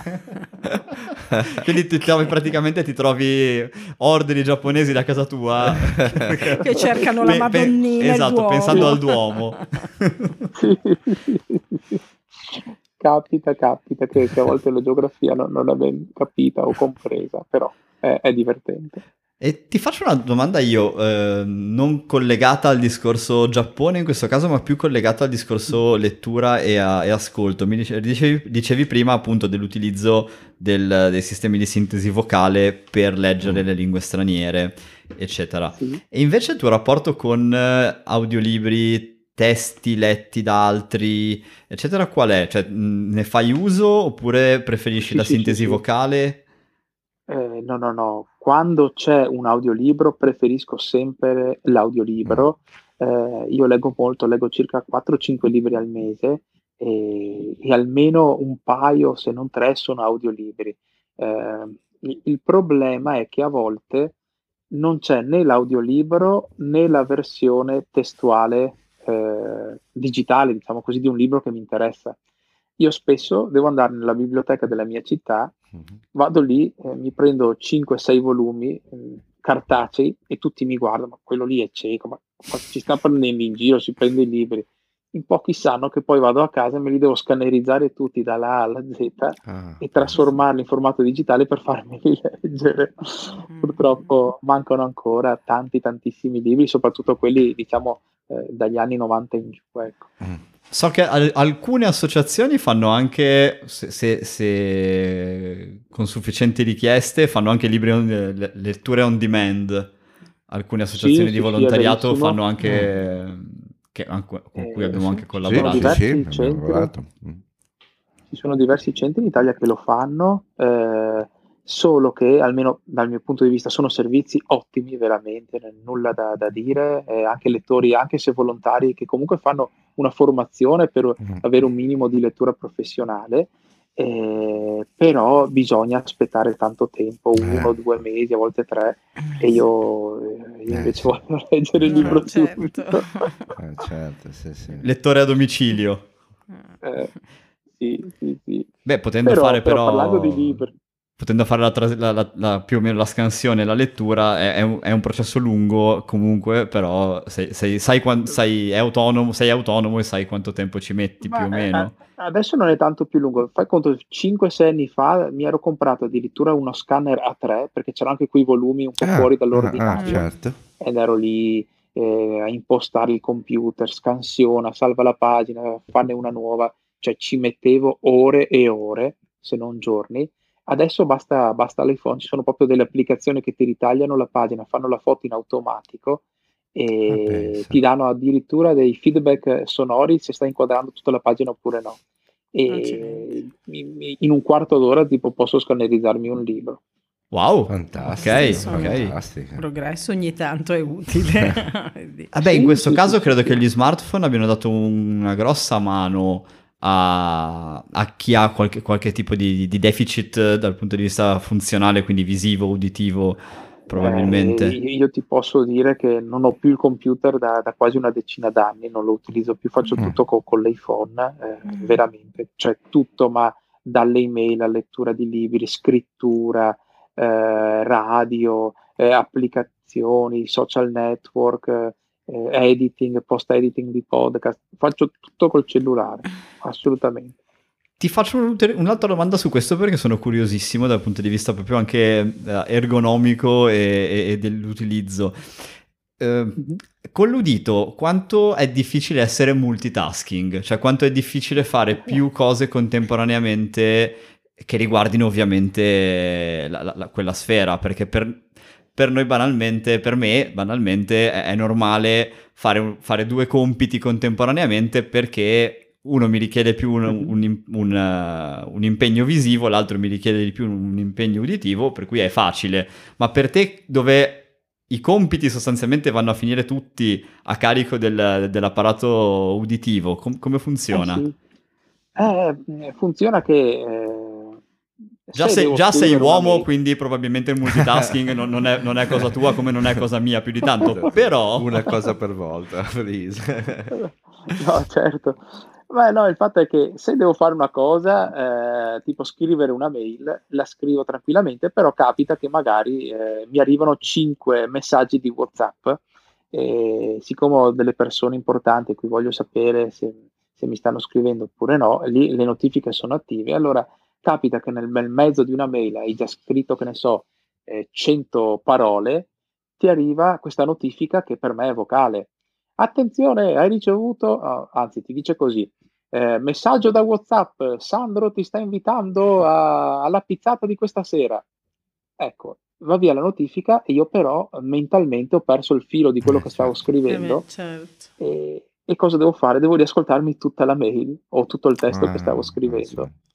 S4: Quindi ti trovi praticamente ti trovi ordini giapponesi da casa tua
S2: che cercano la Madonnina,
S4: esatto,
S2: il Duomo.
S4: pensando al Duomo.
S5: Sì, sì, sì. Capita, capita che, che a volte la geografia non, non è ben capita o compresa, però è, è divertente.
S4: E ti faccio una domanda io, eh, non collegata al discorso Giappone in questo caso, ma più collegata al discorso lettura e, a, e ascolto. Mi dice, dicevi, dicevi prima appunto dell'utilizzo del, dei sistemi di sintesi vocale per leggere le lingue straniere, eccetera.
S5: Sì.
S4: E invece il tuo rapporto con audiolibri, testi letti da altri, eccetera, qual è? Cioè, ne fai uso oppure preferisci
S5: Sì,
S4: la
S5: sì,
S4: sintesi
S5: sì, sì.
S4: vocale?
S5: Eh, no, no, no. Quando c'è un audiolibro preferisco sempre l'audiolibro. Eh, io leggo molto, leggo circa quattro cinque libri al mese e, e almeno un paio, se non tre, sono audiolibri. Eh, il, il problema è che a volte non c'è né l'audiolibro né la versione testuale eh, digitale, diciamo così, di un libro che mi interessa. Io spesso devo andare nella biblioteca della mia città, vado lì, eh, mi prendo cinque sei volumi eh, cartacei e tutti mi guardano, ma quello lì è cieco, ma, ma ci sta prendendo in giro, si prende i libri. In pochi sanno che poi vado a casa e me li devo scannerizzare tutti dalla A alla Z
S3: Ah,
S5: e trasformarli in formato digitale per farmeli leggere. Purtroppo mancano ancora tanti tantissimi libri, soprattutto quelli diciamo eh, dagli anni novanta in giù, ecco.
S3: mm.
S4: So che al- alcune associazioni fanno anche, se, se- se con sufficienti richieste, fanno anche libri on- le- letture on demand. Alcune associazioni
S5: Sì,
S4: di
S5: sì, sì, è
S4: volontariato
S5: verissimo.
S4: fanno anche, che- anche- con cui
S5: Eh,
S4: abbiamo
S5: sì,
S4: anche
S5: ci
S4: collaborato.
S5: sono
S3: Sì, sì,
S5: diversi
S3: abbiamo
S5: centri.
S3: lavorato. Mm.
S5: Ci sono diversi centri in Italia che lo fanno, eh, solo che almeno dal mio punto di vista sono servizi ottimi veramente, n- nulla da, da dire, eh, anche lettori, anche se volontari, che comunque fanno una formazione per
S3: Mm.
S5: avere un minimo di lettura professionale, eh, però bisogna aspettare tanto tempo, uno,
S3: Eh.
S5: due mesi, a volte tre, e io, eh, io
S3: Eh,
S5: invece
S3: sì.
S5: voglio leggere il
S2: No,
S5: libro
S2: certo.
S5: subito.
S3: Eh, certo, sì, sì.
S4: Lettore a domicilio.
S5: Eh, sì, sì, sì.
S4: Beh, potendo
S5: Però,
S4: fare
S5: però
S4: però,
S5: parlando di libri,
S4: potendo fare la, tras- la- la- la- più o meno la scansione e la lettura è, è un, è un processo lungo comunque, però sei, sei- sai quan- sai- è autonomo, sei autonomo e sai quanto tempo ci metti
S5: ma,
S4: più o
S5: eh,
S4: meno.
S5: adesso non è tanto più lungo. Fai conto, cinque sei anni fa mi ero comprato addirittura uno scanner A tre perché c'erano anche quei volumi un po'
S3: Ah,
S5: fuori
S3: ah,
S5: dall'ordinario
S3: ah, certo.
S5: ed ero lì eh, a impostare il computer, scansiona, salva la pagina, fanne una nuova, cioè ci mettevo ore e ore, se non giorni. Adesso basta, basta l'iPhone, ci sono proprio delle applicazioni che ti ritagliano la pagina, fanno la foto in automatico
S3: Ah,
S5: e
S3: pensa.
S5: ti danno addirittura dei feedback sonori se stai inquadrando tutta la pagina oppure no. E
S2: Accidenti.
S5: in in un quarto d'ora tipo posso scannerizzarmi un libro.
S4: Wow,
S3: Fantastico,
S4: ok,
S2: Insomma,
S4: ok.
S3: fantastico.
S2: Progresso ogni tanto è utile.
S4: Vabbè, in
S5: Sì,
S4: questo
S5: sì,
S4: caso
S5: sì,
S4: credo
S5: sì,
S4: che
S5: sì.
S4: gli smartphone abbiano dato una grossa mano a, a chi ha qualche, qualche tipo di, di deficit dal punto di vista funzionale, quindi visivo, uditivo,
S5: Eh,
S4: probabilmente.
S5: io io ti posso dire che non ho più il computer da, da quasi una decina d'anni, non lo utilizzo più, faccio
S3: Mm.
S5: tutto co- con l'iPhone, eh,
S2: Mm.
S5: veramente, cioè tutto, ma dalle email a lettura di libri, scrittura, eh, radio, eh, applicazioni, social network, eh, editing, post-editing di podcast, faccio tutto col cellulare, assolutamente.
S4: Ti faccio un'ulter- un'altra domanda su questo perché sono curiosissimo dal punto di vista proprio anche eh, ergonomico e, e- e dell'utilizzo. Eh,
S5: Mhm.
S4: con l'udito, quanto è difficile essere multitasking? Cioè, quanto è difficile fare più cose contemporaneamente che riguardino ovviamente la- la- la- quella sfera? Perché per, per noi banalmente, per me banalmente, è, è normale fare, un- fare due compiti contemporaneamente perché uno mi richiede più un,
S5: Mhm.
S4: un im- un, eh, un impegno visivo, l'altro mi richiede di più un impegno uditivo, per cui è facile. Ma per te, dove i compiti sostanzialmente vanno a finire tutti a carico del- dell'apparato uditivo, com- come
S5: Eh
S4: funziona?
S5: sì. Eh, funziona che eh,
S4: Già
S5: se
S4: sei,
S5: devo
S4: già sei
S5: scrivere una
S4: uomo,
S5: mail,
S4: quindi probabilmente il multitasking non, non è, non è cosa tua come non è cosa mia più di tanto, però...
S3: Una cosa per volta, please.
S5: no, certo, Beh, no, il fatto è che se devo fare una cosa, eh, tipo scrivere una mail, la scrivo tranquillamente, però capita che magari eh, mi arrivano cinque messaggi di WhatsApp e siccome ho delle persone importanti a cui voglio sapere se, se mi stanno scrivendo oppure no, lì le notifiche sono attive, allora capita che nel, nel mezzo di una mail hai già scritto, che ne so, eh, cento parole, ti arriva questa notifica che per me è vocale. Attenzione, hai ricevuto, oh, anzi ti dice così, eh, messaggio da WhatsApp, Sandro ti sta invitando a- alla pizzata di questa sera. Ecco, va via la notifica e io però mentalmente ho perso il filo di quello
S3: Eh,
S5: che stavo
S3: certo.
S2: Eh beh,
S5: scrivendo
S2: certo.
S5: e, e cosa devo fare? Devo riascoltarmi tutta la mail o tutto il testo che
S3: Ah,
S5: stavo
S3: ah,
S5: scrivendo.
S3: sì.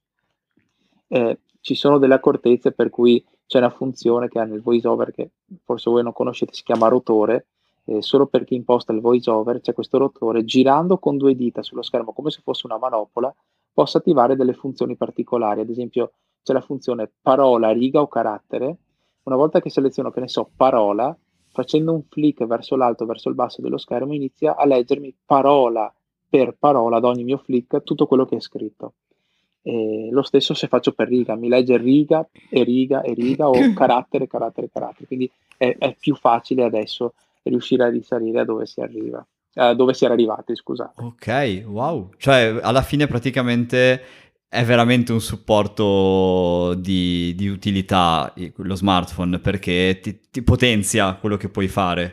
S5: Eh, ci sono delle accortezze per cui c'è una funzione che ha nel voiceover che forse voi non conoscete, si chiama rotore. Eh, solo per chi imposta il voiceover c'è questo rotore, girando con due dita sullo schermo come se fosse una manopola, possa attivare delle funzioni particolari. Ad esempio c'è la funzione parola, riga o carattere. Una volta che seleziono, che ne so, parola, facendo un flick verso l'alto, verso il basso dello schermo, inizia a leggermi parola per parola ad ogni mio flick tutto quello che è scritto. E lo stesso se faccio per riga, mi legge riga e riga e riga o carattere, carattere, carattere. Quindi è, è più facile adesso riuscire a risalire a dove si arriva, a dove si era arrivati, scusate.
S4: Ok, wow. Cioè, alla fine praticamente è veramente un supporto di, di utilità i- lo smartphone perché ti, ti potenzia quello che puoi fare.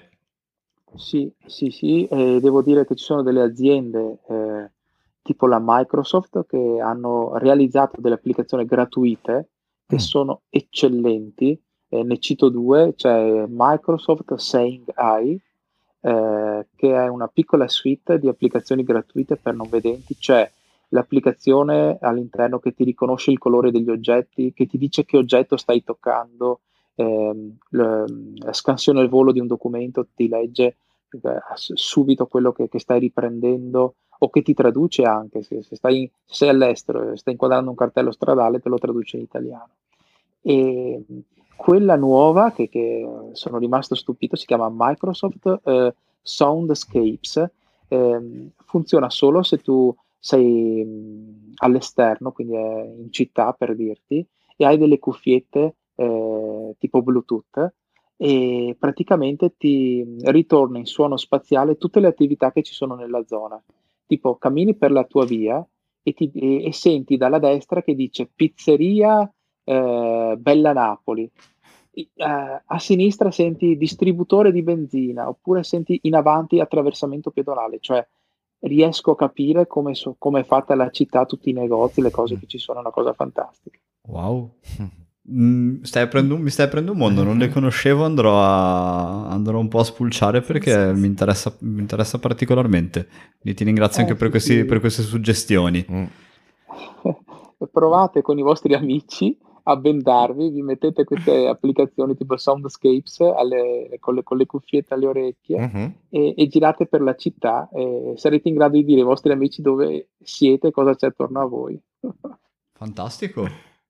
S5: Sì, sì, sì, e devo dire che ci sono delle aziende eh, tipo la Microsoft che hanno realizzato delle applicazioni gratuite che
S3: Mm.
S5: sono eccellenti. Eh, ne cito due, c'è Microsoft Saying Eye, eh, che è una piccola suite di applicazioni gratuite per non vedenti. C'è l'applicazione all'interno che ti riconosce il colore degli oggetti, che ti dice che oggetto stai toccando, ehm, l- scansiona il volo di un documento, ti legge eh, subito quello che, che stai riprendendo o che ti traduce anche, se, se stai, se sei all'estero e stai inquadrando un cartello stradale, te lo traduce in italiano. E quella nuova, che, che sono rimasto stupito, si chiama Microsoft eh, Soundscapes, ehm, funziona solo se tu sei mh, all'esterno, quindi è in città per dirti, e hai delle cuffiette eh, tipo Bluetooth e praticamente ti ritorna in suono spaziale tutte le attività che ci sono nella zona. Tipo cammini per la tua via e, ti- e- e senti dalla destra che dice pizzeria eh, Bella Napoli. I- eh, a sinistra senti distributore di benzina oppure senti in avanti attraversamento pedonale, cioè riesco a capire come, so- come è fatta la città, tutti i negozi, le cose che ci sono, è una cosa fantastica.
S4: Wow. Mm, stai aprendo un- mi stai aprendo un mondo, non le conoscevo, andrò, a, andrò un po' a spulciare perché
S2: Sì, sì.
S4: mi interessa, mi interessa particolarmente. E ti ringrazio anche
S5: Eh,
S4: per,
S5: sì,
S4: questi-
S5: sì.
S4: per queste suggestioni.
S3: Mm.
S5: Provate con i vostri amici a bendarvi, vi mettete queste applicazioni tipo Soundscapes alle- con, le, con le cuffiette alle orecchie
S3: Mhm.
S5: e, e girate per la città e sarete in grado di dire ai vostri amici dove siete e cosa c'è attorno a voi.
S4: Fantastico.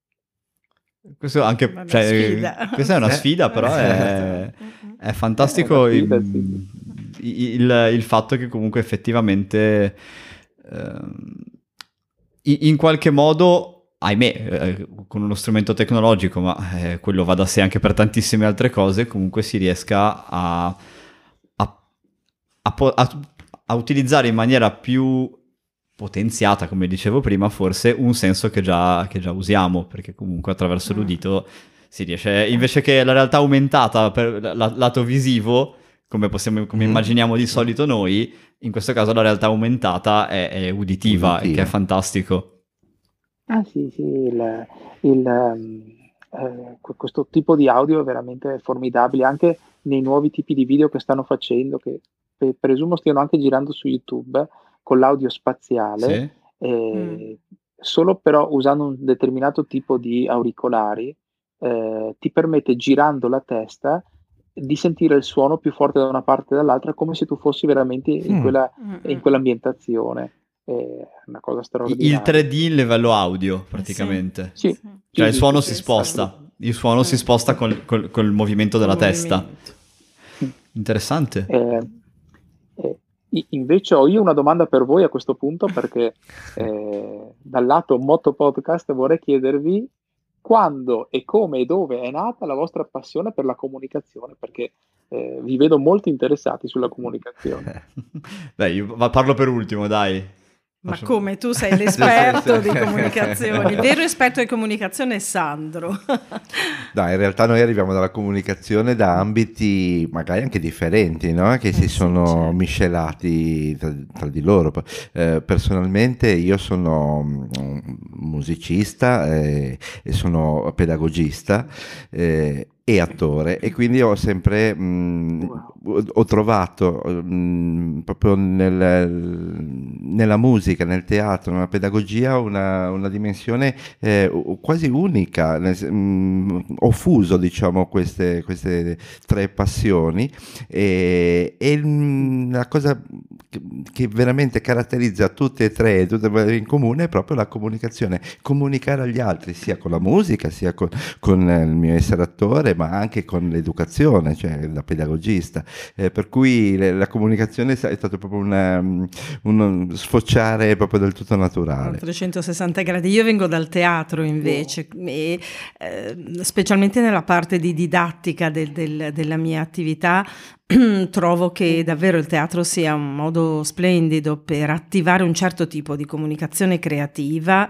S4: Questo anche,
S2: Una
S4: cioè,
S2: sfida.
S4: questa è una
S3: Eh,
S4: sfida, però è,
S2: Certo. Mm-mm.
S4: è fantastico
S5: È una sfida,
S4: il,
S5: sì.
S4: il- il fatto che comunque effettivamente ehm, i- in qualche modo, ahimè, eh, con uno strumento tecnologico, ma eh, quello va da sé anche per tantissime altre cose, comunque si riesca a, a- a po- a- a utilizzare in maniera più potenziata, come dicevo prima, forse un senso che già, che già usiamo, perché comunque attraverso
S2: Mm.
S4: l'udito si riesce, invece che la realtà aumentata per la- lato visivo, come, possiamo, come
S3: Mhm.
S4: immaginiamo di solito noi, in questo caso la realtà aumentata è, è uditiva,
S3: Uditiva.
S4: che è fantastico.
S5: Ah sì, sì, il, il, ehm, eh, que- questo tipo di audio è veramente formidabile, anche nei nuovi tipi di video che stanno facendo, che pe- presumo stiano anche girando su YouTube con l'audio spaziale,
S4: Sì?
S5: eh, solo però usando un determinato tipo di auricolari, eh, ti permette girando la testa di sentire il suono più forte da una parte e dall'altra, come se tu fossi veramente in
S3: Mm.
S5: quella,
S2: Mm-mm.
S5: in quell'ambientazione. È una cosa
S4: I-
S5: straordinaria.
S4: Il tre D in livello audio,
S2: Eh sì.
S4: praticamente.
S5: Sì,
S2: Sì.
S4: Cioè
S5: sì,
S4: il
S5: sì,
S4: suono
S5: sì,
S4: si
S5: sì.
S4: sposta, il suono si
S2: Mm.
S4: sposta col, col- col movimento della
S2: Il
S4: testa.
S2: movimento.
S4: Interessante.
S5: Eh, eh, I- invece ho io una domanda per voi a questo punto, perché eh, dal lato Motto Podcast vorrei chiedervi quando e come e dove è nata la vostra passione per la comunicazione, perché eh, vi vedo molto interessati sulla comunicazione.
S4: Beh, io ma parlo per ultimo, dai.
S2: Ma
S4: Faccio-
S2: come tu sei l'esperto
S3: Sì, sì,
S2: di
S3: sì.
S2: comunicazione, il vero esperto di comunicazione è Sandro.
S3: No, in realtà noi arriviamo dalla comunicazione da ambiti magari anche differenti, no? Che si
S2: Eh sì,
S3: sono
S2: certo.
S3: miscelati tra, tra di loro. Eh, personalmente io sono mm, musicista eh, e sono pedagogista eh, e attore, e quindi ho sempre mh,
S5: Wow.
S3: ho trovato mh, proprio nel- nella musica, nel teatro, nella pedagogia una, una dimensione eh, quasi unica. Nel sen- mh, ho fuso, diciamo, queste, queste tre passioni, e, e mh, la cosa che, che veramente caratterizza tutte e tre, tutte in comune, è proprio la comunicazione, comunicare agli altri, sia con la musica, sia con, con il mio essere attore, ma anche con l'educazione, cioè da pedagogista. Eh, per cui le- la comunicazione è stato proprio una- uno sfociare proprio del tutto naturale.
S2: trecentosessanta gradi. Io vengo dal teatro invece, e, eh, specialmente nella parte di didattica del- del- della mia attività, trovo che davvero il teatro sia un modo splendido per attivare un certo tipo di comunicazione creativa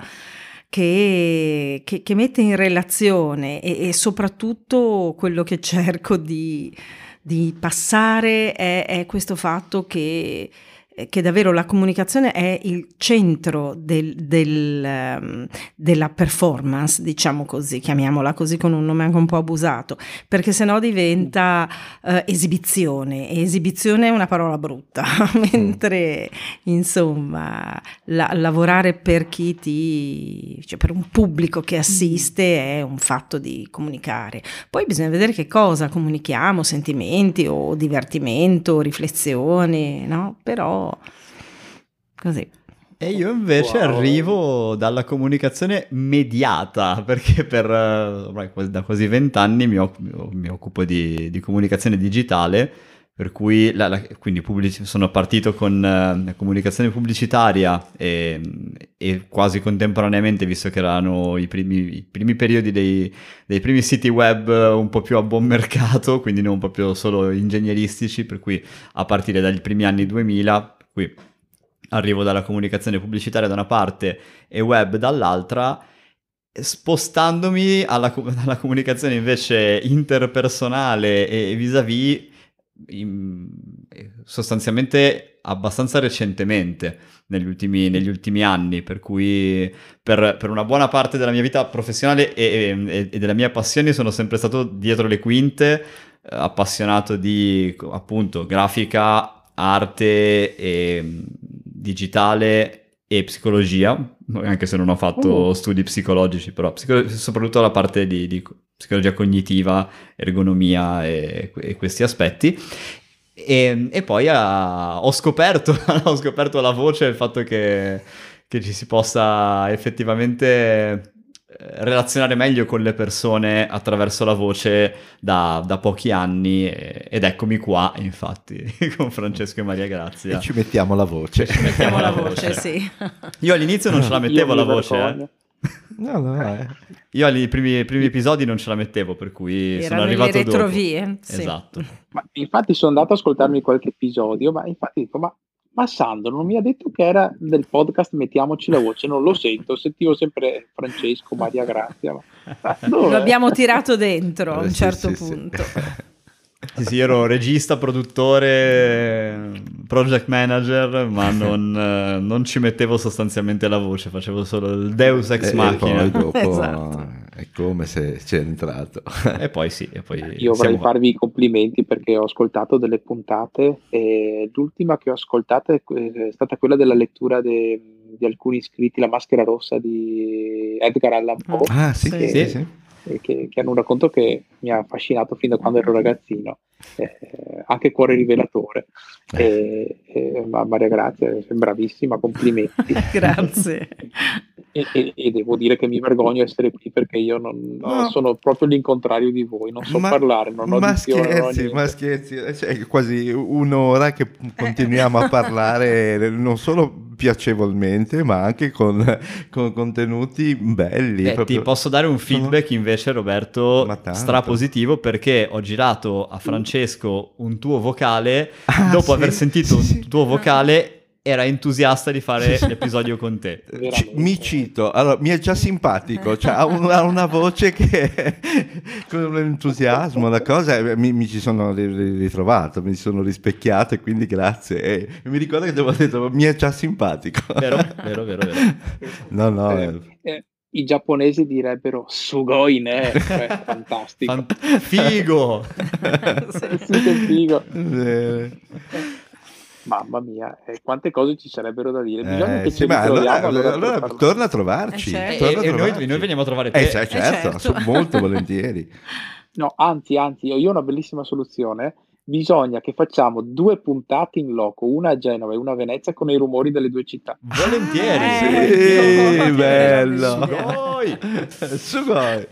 S2: che, che- che mette in relazione, e, e soprattutto quello che cerco di, di passare è, è questo fatto che che davvero la comunicazione è il centro del- del, ehm, della performance, diciamo così, chiamiamola così con un nome anche un po' abusato, perché sennò diventa eh, esibizione, e esibizione è una parola brutta, mentre insomma la- lavorare per chi ti, cioè per un pubblico che assiste è un fatto di comunicare. Poi bisogna vedere che cosa comunichiamo, sentimenti o divertimento, riflessioni, no? Però così.
S4: E io invece
S5: Wow.
S4: arrivo dalla comunicazione mediata, perché per eh, ormai quasi- da quasi vent'anni mi, oc- mi occupo di, di comunicazione digitale, per cui la- la- quindi pubblici- sono partito con eh, comunicazione pubblicitaria e, e quasi contemporaneamente, visto che erano i primi, i primi periodi dei, dei primi siti web eh, un po' più a buon mercato, quindi non proprio solo ingegneristici, per cui a partire dagli primi anni duemila, qui arrivo dalla comunicazione pubblicitaria da una parte e web dall'altra, spostandomi alla, co- alla comunicazione invece interpersonale e vis-à-vis in- sostanzialmente abbastanza recentemente, negli ultimi, negli ultimi anni, per cui per, per una buona parte della mia vita professionale e, e- e della mia passione sono sempre stato dietro le quinte, eh, appassionato di appunto grafica, arte e mh, digitale e psicologia, anche se non ho fatto
S5: Oh.
S4: studi psicologici, però psico- soprattutto la parte di, di psicologia cognitiva, ergonomia e, e questi aspetti. E, e poi ah, ho scoperto, ho scoperto la voce, il fatto che, che ci si possa effettivamente eh, relazionare meglio con le persone attraverso la voce da, da pochi anni, e- ed eccomi qua, infatti, con Francesco e Maria Grazia.
S3: E ci mettiamo la voce.
S2: Mettiamo la voce, sì.
S4: Io all'inizio non ce la mettevo
S5: Io
S4: la
S5: mi
S4: voce, eh.
S5: vergogno.
S3: No, no, eh.
S4: Io ai primi, primi episodi non ce la mettevo, per cui
S2: Era
S4: sono
S2: nelle
S4: arrivato dopo.
S2: retrovie, sì.
S4: Esatto.
S5: Ma infatti sono andato ad ascoltarmi qualche episodio, ma infatti dico, ma, ma Sandro non mi ha detto che era del podcast Mettiamoci la voce, non lo sento, sentivo sempre Francesco, Maria Grazia. Ma, ma dov'è?
S2: Lo abbiamo tirato dentro a
S3: Eh,
S2: un
S3: sì,
S2: certo
S3: sì, sì.
S2: punto.
S4: Sì, sì, ero regista, produttore, project manager, ma non, eh, non ci mettevo sostanzialmente la voce, facevo solo il Deus ex
S3: E-
S4: machina.
S3: E poi dopo
S2: Esatto.
S3: è come se c'è entrato.
S4: E poi sì, e poi
S5: Io vorrei
S4: siamo qua.
S5: farvi i complimenti perché ho ascoltato delle puntate e l'ultima che ho ascoltato è è stata quella della lettura de- di alcuni scritti, La maschera rossa di Edgar Allan Poe,
S3: Ah, sì,
S2: Sì.
S3: sì, sì.
S5: e che, che hanno un racconto che mi ha affascinato fin da quando ero ragazzino, eh, anche cuore rivelatore. E, e, ma Maria Grazia, sei bravissima, complimenti.
S2: Grazie.
S5: E, e, e devo dire che mi vergogno essere qui perché io non, no,
S3: No.
S5: sono proprio l'incontrario di voi, non so
S3: Ma-
S5: parlare, non ho
S3: ma
S5: dizione, non ho
S3: scherzi,
S5: niente.
S3: ma scherzi, cioè, è quasi un'ora che continuiamo a parlare non solo piacevolmente, ma anche con, con contenuti belli.
S4: Eh, ti
S3: proprio.
S4: posso dare un
S3: Sono-
S4: feedback invece, Roberto,
S3: Ma tanto.
S4: strapositivo, perché ho girato a Francesco un tuo vocale,
S3: Ah,
S4: dopo
S3: sì?
S4: aver sentito
S3: Sì,
S4: un
S3: sì.
S4: tuo vocale era entusiasta di fare l'episodio con te.
S3: Ci-
S5: Veramente.
S3: mi cito, allora, mi è già simpatico, cioè, ha, un- ha una voce che con un entusiasmo, la cosa, eh, mi, mi ci sono ri- ri- ritrovato, mi sono rispecchiato e quindi grazie. E mi ricordo che ti avevo detto, mi è già simpatico.
S4: Vero, vero, vero, vero.
S3: No, no,
S5: Eh,
S3: eh.
S5: eh, I giapponesi direbbero sugoi ne, cioè, fantastico.
S4: Fan- figo!
S5: Sì, che figo.
S3: Eh,
S5: Mamma mia, eh, quante cose ci sarebbero da dire. Bisogna
S3: eh,
S5: che
S3: sì,
S5: ci
S3: ma allora,
S5: ritroviamo allora,
S3: allora
S5: per parlare.
S3: torna a trovarci.
S2: Eh, certo.
S3: torna a
S4: E- e noi-
S3: trovarci.
S4: noi veniamo a trovare te.
S3: Eh, cioè, certo,
S2: certo.
S3: su- molto volentieri.
S5: No, anzi, anzi, io ho una bellissima soluzione. Bisogna che facciamo due puntate in loco, una a Genova e una a Venezia, con i rumori delle due città.
S4: Volentieri!
S2: Eh,
S3: Sì,
S2: volentieri.
S3: bello.
S4: Sugoi!
S3: Sugoi.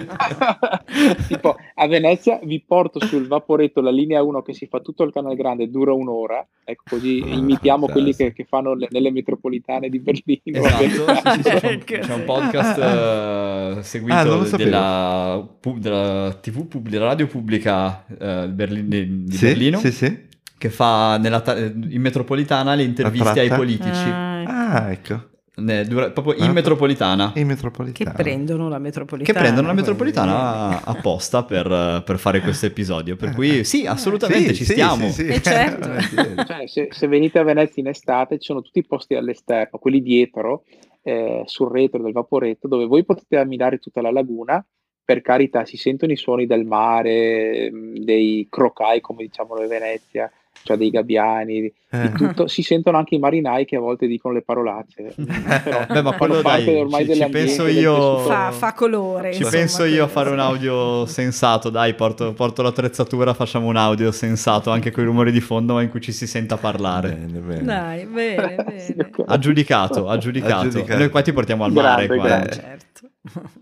S5: Tipo, a Venezia vi porto sul vaporetto la linea uno che si fa tutto il Canal Grande, dura un'ora. Ecco, così
S3: Ah,
S5: imitiamo quelli che,
S3: fantastico.
S5: che fanno le- nelle metropolitane di Berlino. va bene?
S4: Esatto, sì, sì, sì, c'è, un,
S2: Ecco,
S4: c'è un
S2: sì.
S4: podcast eh, seguito
S3: Ah, non lo sapevo.
S4: della, pu- della T V pub- della radio pubblica eh, Berlin- di di
S3: Sì,
S4: Berlino,
S3: sì, sì.
S4: che fa nella ta- in metropolitana le interviste
S3: tratta?
S4: ai politici.
S2: Ah, ecco.
S3: Ah, ecco.
S4: Ne- dura- proprio in
S3: Ah,
S4: metropolitana.
S3: In
S2: Che
S3: metropolitana.
S2: prendono la
S4: Che
S2: metropolitana.
S4: prendono la metropolitana apposta per, per fare questo episodio. Per cui sì, assolutamente
S3: Sì,
S4: ci
S3: sì,
S4: stiamo.
S3: sì, sì.
S2: Eh, certo.
S3: Volentieri.
S5: Cioè, se, se venite a Venezia in estate, ci sono tutti i posti all'esterno, quelli dietro, eh, sul retro del vaporetto, dove voi potete ammirare tutta la laguna. Per carità, si sentono i suoni del mare, mh, dei crocai, come diciamo noi a Venezia, cioè dei gabbiani, di
S3: Eh.
S5: tutto. Si sentono anche i marinai che a volte dicono le parolacce. Però
S4: Beh, ma
S5: fanno
S4: quello
S5: parte
S4: dai,
S5: ormai
S4: ci- ci
S5: dell'ambiente,
S4: penso
S5: del
S4: io-
S5: tessuto.
S2: Fa, fa colore.
S4: Ci
S2: insomma,
S4: penso io a
S2: questo.
S4: fare un audio sensato, dai, porto, porto l'attrezzatura, facciamo un audio sensato anche con i rumori di fondo, ma in cui ci si senta parlare.
S3: Bene, bene.
S2: Dai, bene,
S5: Sì,
S2: bene.
S5: ok.
S4: Aggiudicato, aggiudicato.
S3: Aggiudicato.
S4: Noi qua ti portiamo al mare.
S5: Grande,
S4: Qua.
S5: grande.
S2: Certo.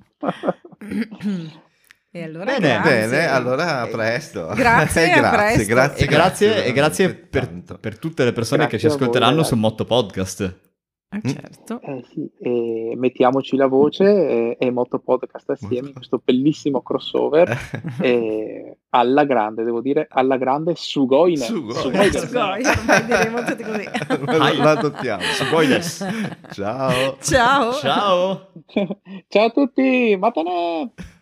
S2: E allora
S4: Bene,
S2: grazie.
S3: Bene, allora a presto.
S2: Grazie, a
S3: grazie,
S2: presto.
S3: grazie,
S4: E grazie, e grazie
S3: veramente
S4: per,
S3: tanto.
S4: per tutte le persone
S5: Grazie
S4: che ci
S5: a voi,
S4: ascolteranno
S5: ragazzi.
S4: su Motto Podcast.
S2: Eh, certo.
S5: Eh sì, e mettiamoci la voce e, e Motto Podcast assieme in questo bellissimo crossover e alla grande, devo dire, alla grande Sugoine.
S3: Sugoi.
S5: Sugoi.
S2: Sugoi, ormai diremo tutti così.
S3: Lo lo adottiamo.
S4: Sugoi des.
S3: Ciao.
S2: Ciao.
S4: Ciao!
S5: Ciao a tutti, matane!